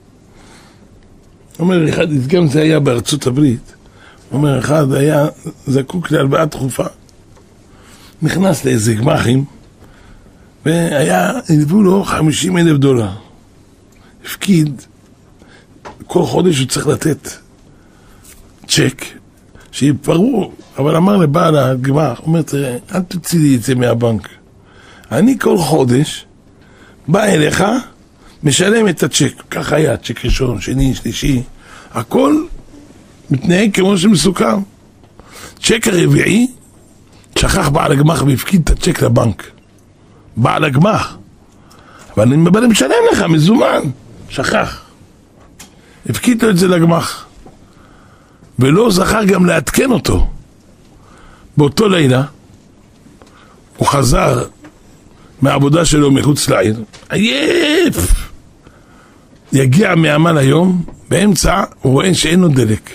אומר אחד, גם זה היה בארצות הברית, אומר אחד היה זקוק להלוואה דחופה, נכנס לאיזה גמחים, והיה, הלוו לו $50,000. הפקיד, כל חודש הוא צריך לתת צ'ק, שיפרו, אבל אמר לבעל הגמח, אומר, תראה, אל תוציא לי את זה מהבנק. אני כל חודש בא אליך, משלם את הצ'ק. כך היה, צ'ק ראשון, שני, שלישי. הכל מתנהג כמו שמסוכם. צ'ק הרביעי, שכח בעל הגמח והפקיד את הצ'ק לבנק. בעל הגמח. אבל אני משלם לך, מזומן. שכח. הפקיד לו את זה לגמח. ולא זכר גם לעדכן אותו. באותו לילה, הוא חזר מהעבודה שלו מחוץ לעיר. עייף! יגיע מעמל היום, באמצע הוא רואה שאין לו דלק.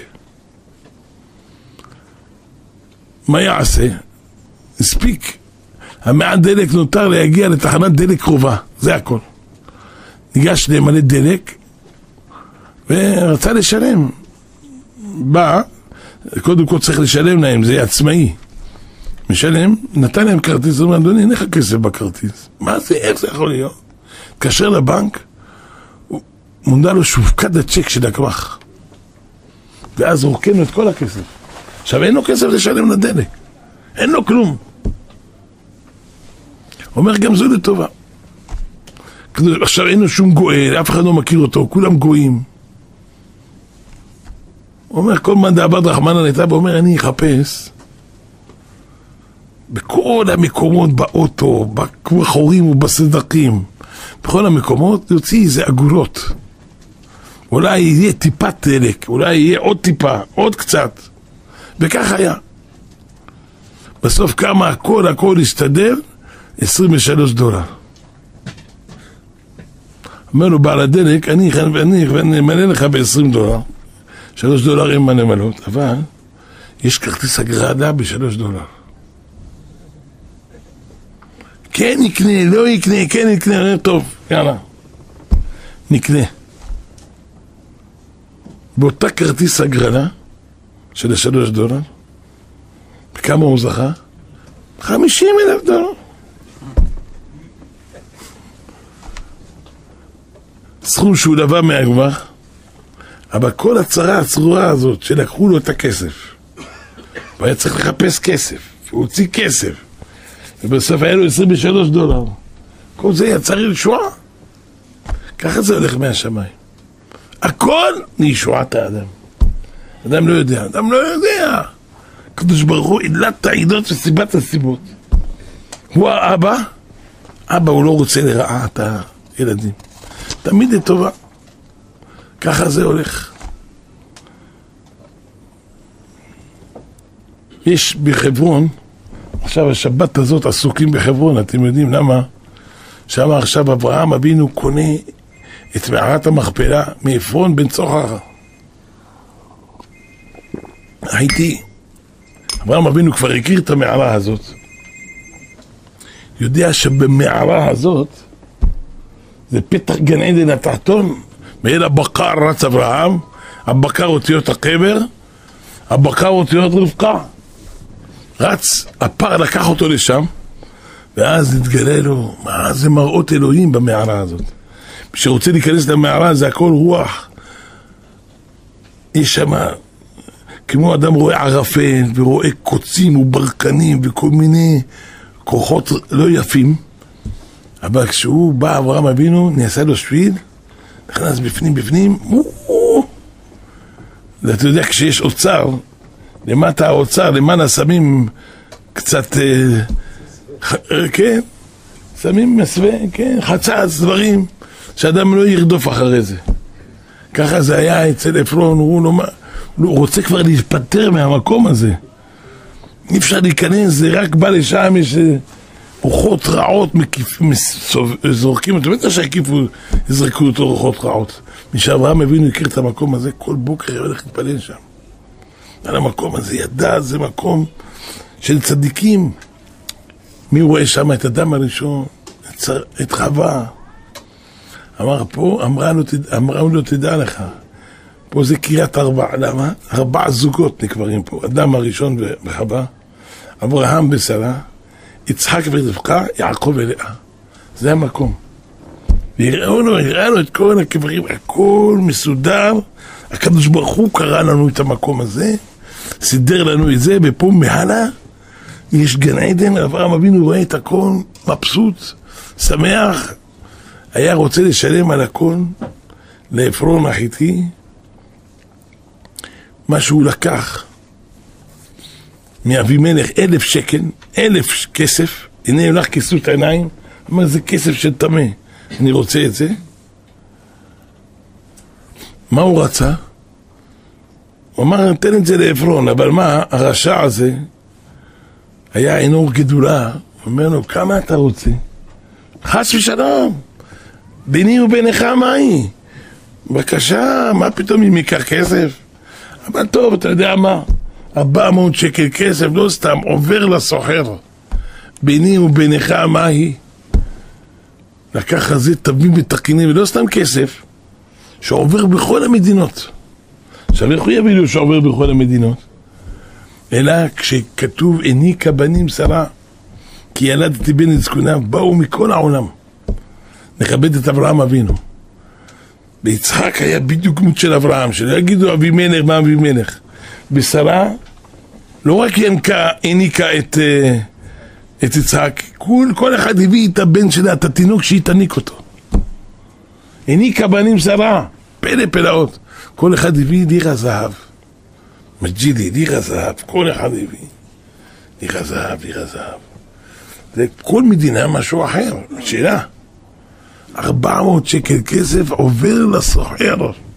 מה יעשה? הספיק. המעט דלק נותר להגיע לתחנת דלק קרובה. זה הכל. ניגש למלא דלק, ורצה לשלם. בא, קודם כל צריך לשלם להם, זה עצמאי. משלם, נתן להם כרטיס, הוא אומר, אדוני, אין לך כסף בכרטיס. מה זה? איך זה יכול להיות? תקשר לבנק, מונדה לו שופקד הצ'ק של הגמח. ואז רוקן לו את כל הכסף. עכשיו, אין לו כסף לשלם לדלק. אין לו כלום. אומר, גם זו לטובה. עכשיו, אין לו שום גואל, אף אחד לא מכיר אותו, כולם גויים. הוא אומר, כל מן דעבד רחמנא ליטב, הוא אומר, אני אחפש בכל המקומות באוטו, בחורים ובסדקים, בכל המקומות יוציא איזה אגורות. אולי יהיה טיפת דלק, אולי יהיה עוד טיפה, עוד קצת. וכך היה. בסוף כמה הכל הסתדר, $23. אומר לו, בעל הדלק, אני אמלא לך $20. $3 אין מה למלות, אבל יש כרטיס הגרלה $3. כן יקנה, לא יקנה, כן יקנה, טוב, יאללה, נקנה. באותה כרטיס הגרלה של $3, בכמה הוא זכה? $50,000. סכום שהוא לבא מהגמח, אבל כל הצרה הצרורה הזאת שלקחו לו את הכסף, והיה צריך לחפש כסף, הוא הוציא כסף, ובסוף היה לו $23. כל זה יצר ישועה. ככה זה הולך מהשמיים. הכל מישועת האדם. אדם לא יודע, הקדוש ברוך הוא עילת העילות וסיבת הסיבות. הוא האבא, אבא הוא לא רוצה לרעה את הילדים, תמיד לטובה. ככה זה הולך. יש בחברון, עכשיו השבת הזאת עסוקים בחברון, אתם יודעים למה? שם עכשיו אברהם אבינו קונה את מערת המכפלה מעפרון בן צוחר. הייתי, אברהם אבינו כבר הכיר את המערה הזאת, יודע שבמערה הזאת זה פתח גן עדן התחתון, מעל הבקר רץ אברהם, הבקר אותיות הקבר, הבקר אותיות רבקה, רץ, הפר לקח אותו לשם, ואז נתגלה לו, מה זה מראות אלוהים במערה הזאת. מי שרוצה להיכנס למערה זה הכל רוח. יש שם, כמו אדם רואה ערפל ורואה קוצים וברקנים וכל מיני כוחות לא יפים, אבל כשהוא בא אברהם אבינו, נעשה לו שביל, נכנס בפנים, ואתה יודע, כשיש אוצר, למטה האוצר, למעלה שמים קצת, כן, שמים מסווה, כן, חצץ, דברים, שאדם לא ירדוף אחרי זה. ככה זה היה אצל עפרון, הוא רוצה כבר להיפטר מהמקום הזה. אי אפשר להיכנס, זה רק בא לשם, יש רוחות רעות, זורקים אותו, בטח שהקיפו, יזרקו אותו רוחות רעות. משאברהם אבינו הכיר את המקום הזה, כל בוקר הולך להתפלל שם. על המקום הזה, ידע, זה מקום של צדיקים. מי רואה שם את אדם הראשון, את חווה? אמר פה, אמרה לו תדע לך, פה זה קריאת 4, למה? 4 זוגות נקברים פה, אדם הראשון וחווה, אברהם ושרה, יצחק ורבקה, יעקב ולאה. זה המקום. והראו לו את כל הקברים, הכל מסודר, הקדוש ברוך הוא קרא לנו את המקום הזה, סידר לנו את זה, ופה מעלה יש גן עדן, אברהם אבינו רואה את הכל, מבסוט, שמח, היה רוצה לשלם על הכל לעפרון החיתי, מה שהוא לקח מאבימלך 1,000 שקל, 1,000 כסף, הנה הולך כיסות העיניים, אמר זה כסף של תמה, אני רוצה את זה. מה הוא רצה? הוא אמר נתן את זה לעפרון, אבל מה, הרשע הזה היה עינו גדולה, הוא אומר לו כמה אתה רוצה? חס ושלום, ביני ובינך מהי? בבקשה, מה פתאום אם ייקח כסף? אבל טוב, אתה יודע מה? 400 שקל כסף, לא סתם, עובר לסוחר. ביני ובינך מהי? לקח חזה תמים ותקינים, ולא סתם כסף, שעובר בכל המדינות. עכשיו איך הוא יביא לו שעובר בכל המדינות? אלא כשכתוב העניקה בנים שרה, כי ילדתי בן זקוניו, באו מכל העולם. נכבד את אברהם אבינו. ביצחק היה בדיוק דמות של אברהם, שלא יגידו אבימלך, מה אבימלך. בשרה, לא רק העניקה את יצחק, כל אחד הביא את הבן שלה, את התינוק שהיא תניק אותו. העניקה בנים שרה, פלא פלאות. כל אחד הביא דירה זהב. מג'ידי, דירה זהב, כל אחד הביא. דירה זהב. זה כל מדינה משהו אחר, שאלה. 400 שקל כסף עובר לסוחר.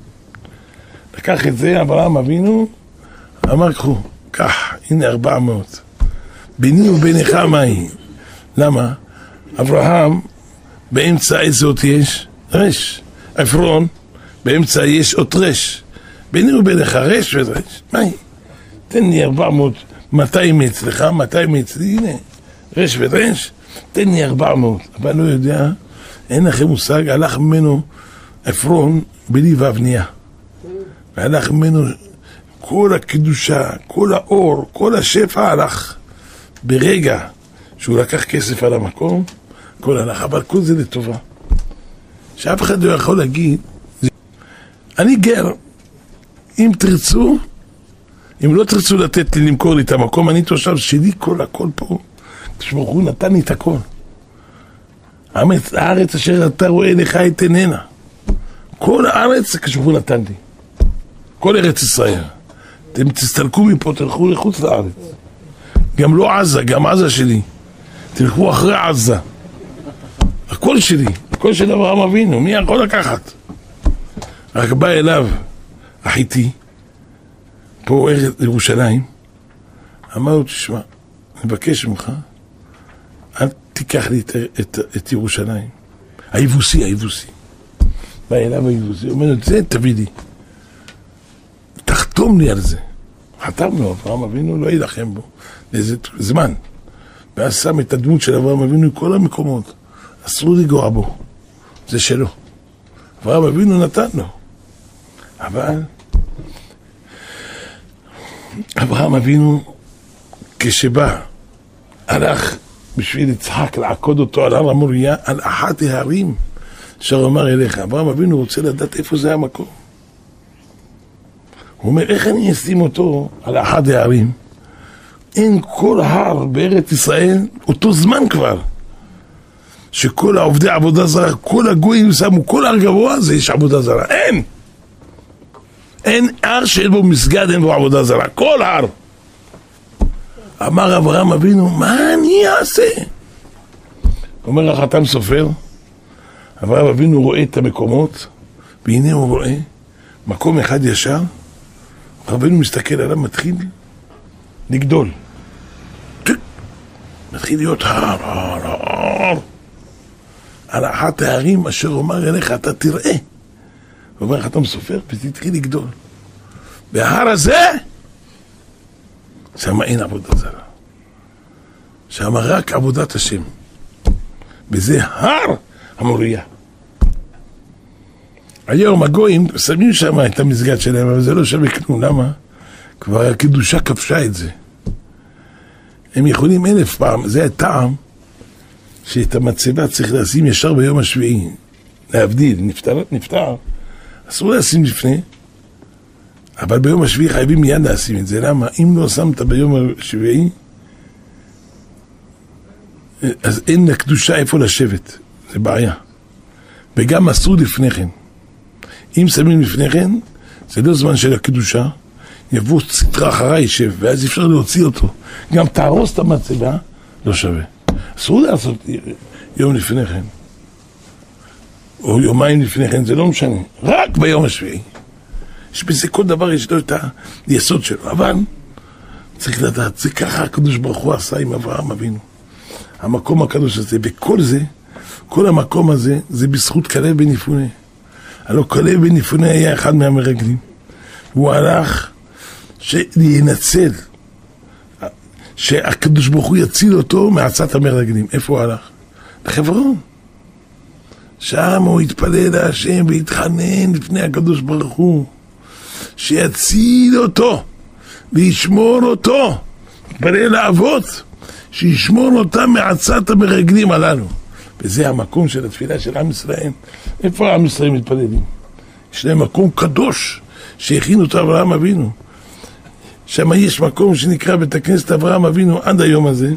לקח את זה אברהם אבינו, אמר קחו, קח, הנה 400. ביני ובינך מהי? למה? אברהם, באמצע איזה אות יש? רש. עפרון, באמצע יש אות רש. ביני ובינך רש ורש. מהי? תן לי 400, 200 אצלך, 200 אצלי, הנה. רש ורש, תן לי 400. אבל לא יודע, אין לכם מושג, הלך ממנו עפרון בלי ואבניה. והלך ממנו כל הקדושה, כל האור, כל השפע הלך. ברגע שהוא לקח כסף על המקום, הכל הלך, אבל כל זה לטובה. שאף אחד לא יכול להגיד, אני גר, אם תרצו, אם לא תרצו לתת לי, למכור לי את המקום, אני תושב שלי, כל הכל פה, כשברוך הוא נתן לי את הכל. הארץ אשר אתה רואה לך את עיננה. כל הארץ כשברוך הוא נתן לי. כל ארץ ישראל. אתם תסתלקו מפה, תלכו לחוץ לארץ. גם לא עזה, גם עזה שלי. תלכו אחרי עזה. הקול שלי, הקול של אברהם אבינו, מי יכול לקחת? רק בא אליו החיתי, פה ארץ ירושלים, אמר לו, תשמע, אני מבקש ממך, אל תיקח לי את ירושלים. היבוסי. בא אליו היבוסי, אומר לו, זה תביא לי. תחתום לי על זה. חתם לו, אברהם אבינו לא ילחם בו. לאיזה זמן. ואז שם את הדמות של אברהם אבינו בכל המקומות. אסור לגוע בו. זה שלו. אברהם אבינו נתן לו. אבל אברהם אבינו כשבא הלך בשביל יצחק לעקוד אותו על הר המוריה, על אחת ההרים אשר אמר אליך. אברהם אבינו רוצה לדעת איפה זה המקום. הוא אומר, איך אני אשים אותו על אחת ההרים? אין כל הר בארץ ישראל, אותו זמן כבר, שכל העובדי עבודה זרה, כל הגויים שמו, כל הר גבוה הזה יש עבודה זרה. אין הר שאין בו מסגד, אין בו עבודה זרה, כל הר. אמר אברהם אבינו, מה אני אעשה? אומר החתם סופר, אברהם אבינו רואה את המקומות, והנה הוא רואה מקום אחד ישר, אבינו מסתכל עליו, מתחיל לגדול. מתחיל להיות הר. על אחת הערים אשר אומר אליך, אתה תראה. הוא אומר, אתה מסופר, ותתחיל לגדול. וההר הזה, שם אין עבודה זרה. שם רק עבודת השם. וזה הר המוריה. היום הגויים שמים שם את המסגד שלהם, אבל זה לא שווה כלום. למה? כבר הקדושה כבשה את זה. הם יכולים 1000 פעם. זה הטעם שאת המצבה צריך לשים ישר ביום השביעי. להבדיל, נפטר. אסור לשים לפני, אבל ביום השביעי חייבים מיד לשים את זה. למה? אם לא שמת ביום השביעי, אז אין לקדושה איפה לשבת. זה בעיה. וגם אסור לפני כן. אם שמים לפני כן, זה לא זמן של הקדושה, יבוא סטרה אחריי יישב, ואז אפשר להוציא אותו. גם תהרוס את המצבה, לא שווה. אסור לעשות יום לפני כן, או יומיים לפני כן, זה לא משנה. רק ביום השביעי. יש בזה כל דבר, יש לו את היסוד שלו. אבל צריך לדעת, זה ככה הקדוש ברוך הוא עשה עם אברהם אבינו. המקום הקדוש הזה, וכל זה, כל המקום הזה, זה בזכות כלב בן יפונה. הלא כלב בן יפונה היה אחד מהמרגלים. הוא הלך שינצל, שהקדוש ברוך הוא יציל אותו מעצת המרגלים. איפה הוא הלך? לחברון. שם הוא התפלל להשם והתחנן לפני הקדוש ברוך הוא שיציל אותו וישמור אותו. התפלל לאבות שישמור אותם מעצת המרגלים הללו. וזה המקום של התפילה של עם ישראל. איפה עם ישראל מתפללים? יש להם מקום קדוש שהכין אותו אברהם אבינו. שם יש מקום שנקרא בית הכנסת אברהם אבינו עד היום הזה.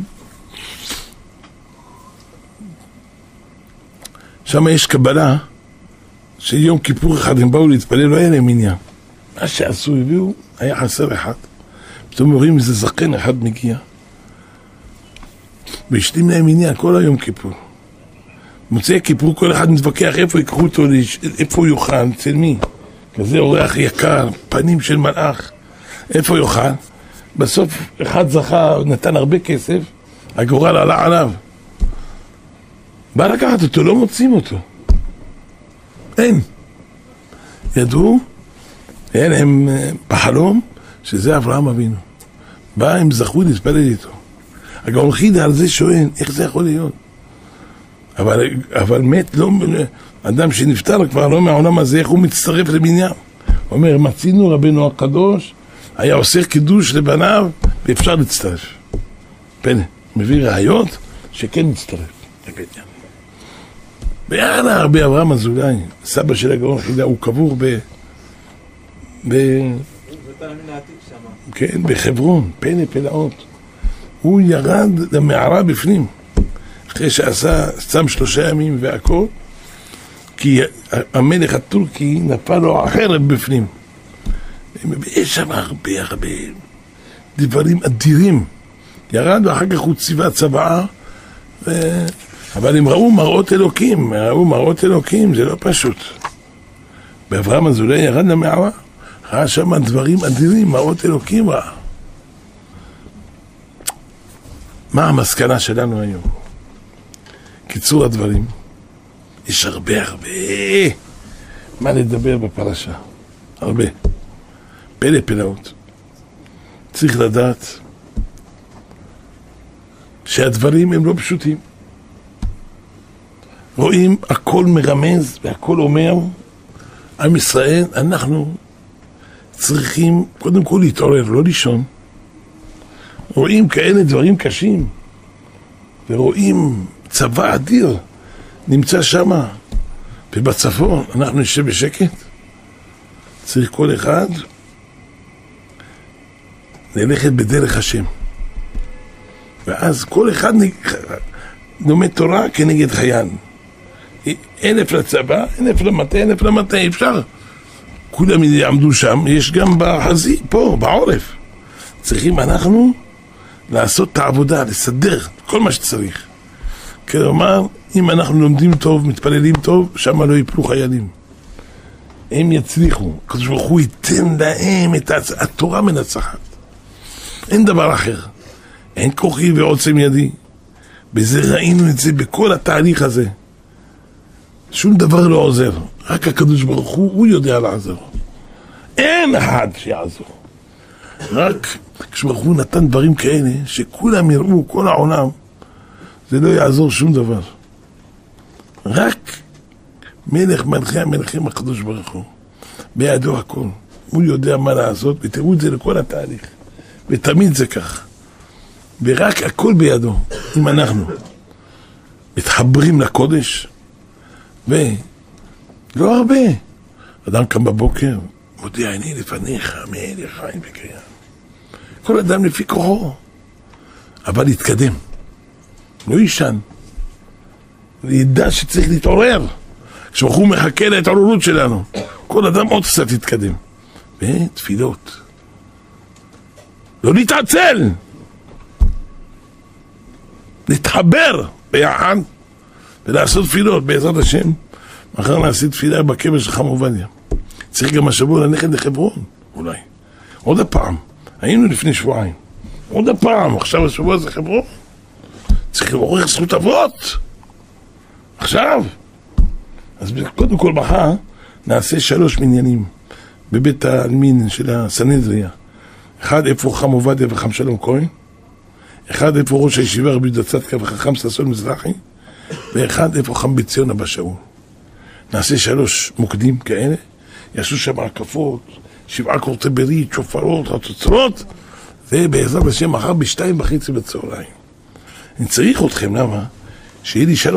שם יש קבלה שיום כיפור אחד הם באו להתפלל, לא היה להם עניין. מה שעשו הביאו היה חסר אחד. פתאום רואים איזה זקן אחד מגיע והשלים להם עניין כל היום כיפור. מוצאי כיפור כל אחד מתווכח איפה יקחו אותו, איפה הוא יוכל, אצל מי. כזה אורח יקר, פנים של מלאך, איפה יוכל. בסוף אחד זכה, נתן הרבה כסף, הגורל עלה עליו. בא לקחת אותו, לא מוצאים אותו. אין. ידעו, היה להם בחלום, שזה אברהם אבינו. בא, הם זכו להתפלל איתו. הגאון חידה על זה שואל, איך זה יכול להיות? אבל מת, לא, אדם שנפטר כבר לא מהעולם הזה, איך הוא מצטרף לבניין? הוא אומר, מצינו רבנו הקדוש, היה עושה קידוש לבניו, ואפשר להצטרף. פלא, מביא ראיות שכן נצטרף לבניין. ויאללה, הרבה אברהם אזולאי, סבא של הגאון חידה, הוא קבור כן, בחברון, פלא פלאות. הוא ירד למערה בפנים, אחרי שעשה, שם 3 ימים והכל, כי המלך הטורקי נפל לו החרב בפנים. ויש שם הרבה דברים אדירים. ירד ואחר כך הוא ציווה צוואה, אבל הם ראו מראות אלוקים, זה לא פשוט. באברהם אזולאי ירד למערה, ראה שם דברים אדירים, מראות אלוקים ראה. מה המסקנה שלנו היום? קיצור הדברים, יש הרבה מה לדבר בפרשה, הרבה. פלא פלאות. צריך לדעת שהדברים הם לא פשוטים. רואים הכל מרמז והכל אומר, עם ישראל, אנחנו צריכים קודם כל להתעורר, לא לישון. רואים כאלה דברים קשים, ורואים צבא אדיר נמצא שם, ובצפון אנחנו נשב בשקט. צריך כל אחד ללכת בדרך השם, ואז כל אחד לומד תורה כנגד חייל. 1,000 לצבא, 1,000 למטה, אפשר. כולם יעמדו שם, יש גם בחזית, פה, בעורף. צריכים אנחנו לעשות את העבודה, לסדר כל מה שצריך. כלומר, אם אנחנו לומדים טוב, מתפללים טוב, שם לא ייפלו חיילים. הם יצליחו, הקדוש ברוך הוא ייתן להם את התורה מנצחת. אין דבר אחר. אין כוחי ועוצם ידי. בזה ראינו את זה בכל התהליך הזה. שום דבר לא עוזר. רק הקדוש ברוך הוא יודע לעזור. אין אחד שיעזור. רק כשברוך הוא נתן דברים כאלה, שכולם יראו, כל העולם, זה לא יעזור שום דבר. רק מלך מלכי המלכים הקדוש ברוך הוא. בידו הכל. הוא יודע מה לעשות, ותראו את זה לכל התהליך. ותמיד זה כך. ורק הכל בידו. אם אנחנו מתחברים לקודש, ולא הרבה. אדם קם בבוקר, מודיע, אני לפניך, מאלי חי וקיים. כל אדם לפי כוחו. אבל יתקדם. לא ישן. וידע שצריך להתעורר. כשברוך הוא מחכה להתעוררות שלנו. כל אדם עוד קצת יתקדם. ותפילות. לא להתעצל. להתחבר ביחד. ולעשות תפילות בעזרת השם. מחר נעשה תפילה בקבר של חם עובדיה. צריך גם השבוע ללכת לחברון, אולי. עוד הפעם. היינו לפני שבועיים. עוד הפעם. עכשיו השבוע זה חברון. צריך לעורר זכות אבות. עכשיו. אז קודם כל מחר נעשה 3 מניינים בבית העלמין של הסנהדריה. אחד איפה חם עובדיה וחם שלום כהן. אחד איפה ראש הישיבה רבי יהודה צדקה וחכם ששון מזרחי. ואחד איפה חם בציון אבא שאול. נעשה 3 מוקדים כאלה. יעשו שם הקפות, 7 קורצי ברית, שופרות, חצוצרות, ובעזרת השם מחר ב2:30 בצהריים. אני צריך אתכם, למה? שיהיה לי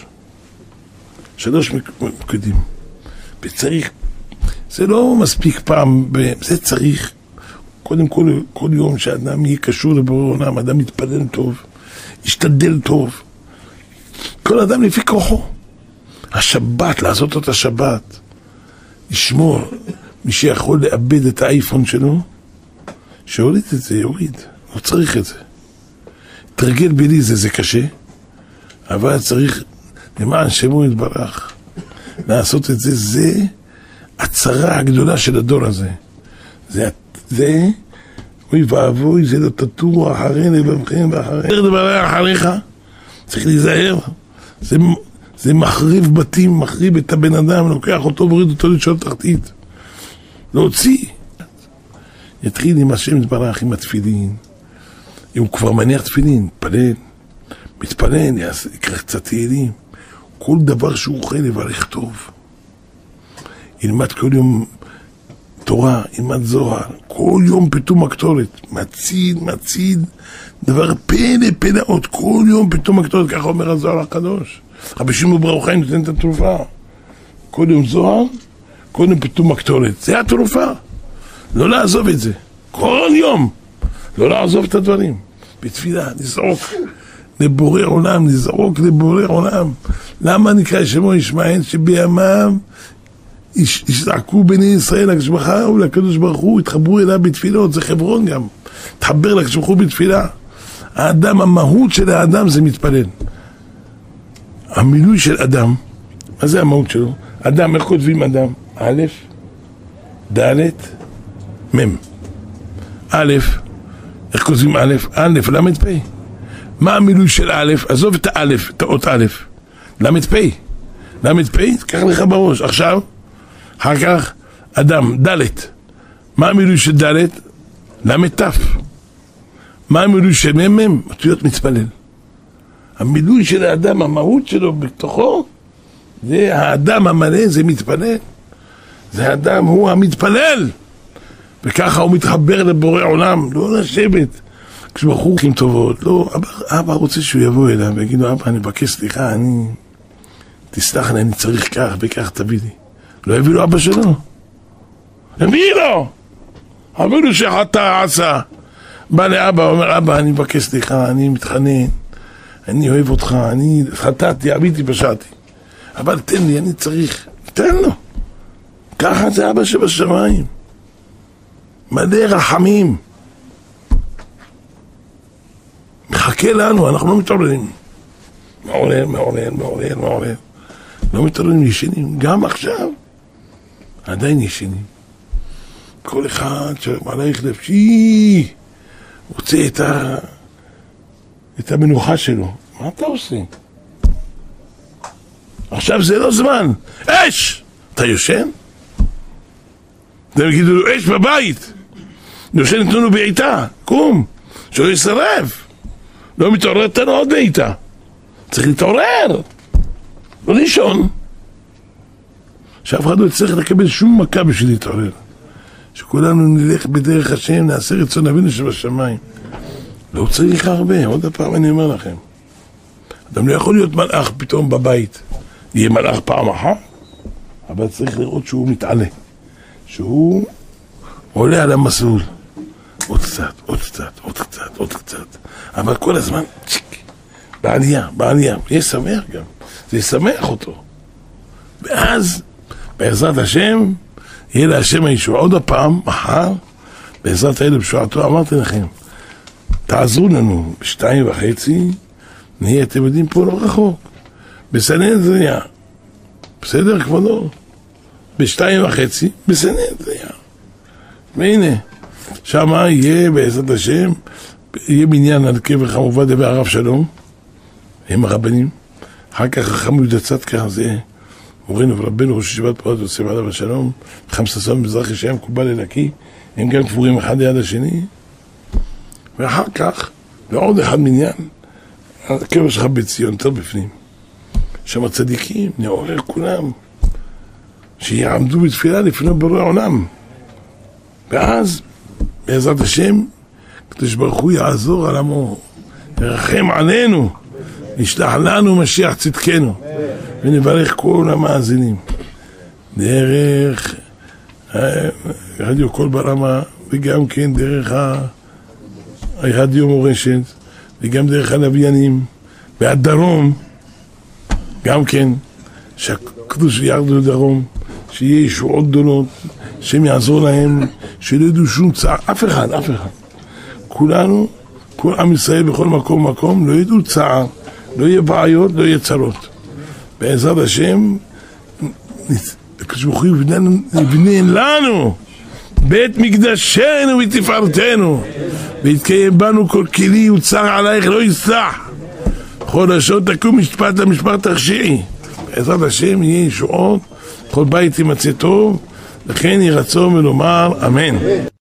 3 מוקדים. וצריך, זה לא מספיק פעם, זה צריך, קודם כל יום שאדם יהיה קשור לבורא עולם, אדם יתפלל טוב, ישתדל טוב. כל אדם לפי כוחו. השבת, לעשות את השבת, לשמור, מי שיכול לאבד את האייפון שלו, שהוריד את זה, יוריד, לא צריך את זה. תרגל בלי זה קשה, אבל צריך, למען שמו יתברך, לעשות את זה, זה הצרה הגדולה של הדור הזה. זה, אוי ואבוי, זה לא תטורו אחרי לבבכם ואחרי. דברי אחריך, צריך להיזהר, זה מחריב בתים, מחריב את הבן אדם, לוקח אותו וריד אותו לשאול תחתית. להוציא. יתחיל עם השם יתברך, עם התפילין. אם הוא כבר מניח תפילין, מתפלל, יקרא קצת תהילים. כל דבר שהוא אוכל יברך טוב. ילמד כל יום תורה, ילמד זוהר. כל יום פתאום הקטורת. מציד, דבר פלאות. כל יום פתאום הקטורת, ככה אומר הזוהר הקדוש. רבי שמעון בר יוחאי נותן את התרופה. כל יום זוהר, כל יום פתאום הקטורת. זה התרופה. לא לעזוב את זה. כל יום. לא לעזוב את הדברים. בתפילה, נזרוק לבורא עולם, למה נקרא שמו ישמעאל? שבימיו יזעקו בני ישראל לקדוש ולקדוש ברוך הוא, התחברו אליו בתפילות, זה חברון גם. תחבר לקדוש ברוך הוא בתפילה. האדם, המהות של האדם זה מתפלל. המילוי של אדם, מה זה המהות שלו? אדם, איך כותבים אדם? א', ד', מ'. א', איך כותבים א'? א', למד פ'. מה המילוי של א'? עזוב את האלף, את האות א', למד פ'. למד פ', תקח לך בראש. עכשיו, אחר כך, אדם, ד'. מה המילוי של ד'? למד ת'. מה המילוי של מ'? אותיות מתפלל. המילוי של האדם, המהות שלו בתוכו, זה האדם המלא, זה מתפלל. זה האדם, הוא המתפלל. וככה הוא מתחבר לבורא עולם, לא לשבת. כשבחור עם טובות, לא, אבא רוצה שהוא יבוא אליו ויגיד לו, אבא, אני מבקש סליחה, תסלח לי, אני צריך כך וכך, תביא לי. לא יביא לו אבא שלו. יביא לו! אפילו שחטא עשה. בא לאבא, אומר, אבא, אני מבקש סליחה, אני מתחנן, אני אוהב אותך, אני חטאתי, עביתי, פשעתי. אבל תן לי, אני צריך, תן לו. ככה זה אבא שבשמיים. מלא רחמים. מחכה לנו, אנחנו לא מתעוררים. מעורר. לא מתעוררים, ישנים. גם עכשיו, עדיין ישנים. כל אחד שמלאך נפשי רוצה את המנוחה שלו. מה אתה עושה? עכשיו זה לא זמן. אש! אתה יושן? אתם יגידו לו, אש בבית. יושן נתנו לו בעיטה. קום. שלא ישרף. לא מתעורר, תנו עוד בעיטה. צריך להתעורר. לא לישון. שאף אחד לא צריך לקבל שום מכה בשביל להתעורר. שכולנו נלך בדרך השם, נעשה רצון אבינו שבשמיים. לא צריך הרבה. עוד הפעם אני אומר לכם. אדם לא יכול להיות מלאך פתאום בבית. יהיה מלאך פעם אחת, אבל צריך לראות שהוא מתעלה. שהוא עולה על המסלול. עוד קצת. אבל כל הזמן, צ'יק, בעלייה. יהיה שמח גם. זה ישמח אותו. ואז, בעזרת השם, יהיה להשם הישוע. עוד הפעם, מחר, בעזרת האלה בשועתו, אמרתי לכם, תעזרו לנו, 2:30, נהיה, אתם יודעים, פה לא רחוק. בסנהדריה. בסדר, כבודו? 2:30, בסנהדריה. והנה, שמה יהיה, בעזרת השם, יהיה בניין על קבר חם עובדיה והרב שלום, הם הרבנים. אחר כך חכם יהודה צדקה, זה מורנו ורבנו ראש ישיבת פורת יוסף עליו השלום, חכם ששון מזרחי שהיה מקובל אלוקי, הם גם קבורים אחד ליד השני. ואחר כך, ועוד אחד מניין, הקבר שלך בציון, יותר בפנים. שם הצדיקים, נעורר כולם, שיעמדו בתפילה לפני בורא עולם. ואז, בעזרת השם, קדוש ברוך הוא יעזור על עמו, ירחם עלינו, ישלח לנו משיח צדקנו, ונברך כל המאזינים. דרך רדיו קול ברמה, וגם כן דרך הרדיו מורשת, וגם דרך הלוויינים, והדרום, גם כן, שהקדוש ירדו לדרום, שיהיה ישועות גדולות, שהם יעזור להם, שלא ידעו שום צער, אף אחד. כולנו, כל עם ישראל בכל מקום, לא ידעו צער, לא יהיה בעיות, לא יהיה צרות. בעזרת השם, כשבוכי יבנה לנו בית מקדשנו ותפארתנו, ויתקיים בנו כל כלי וצער עלייך לא יסלח. חודשות תקום משפט למשפט תכשיעי. בעזרת השם יהיה ישועות, כל בית ימצא טוב, לכן ירצו ולומר אמן.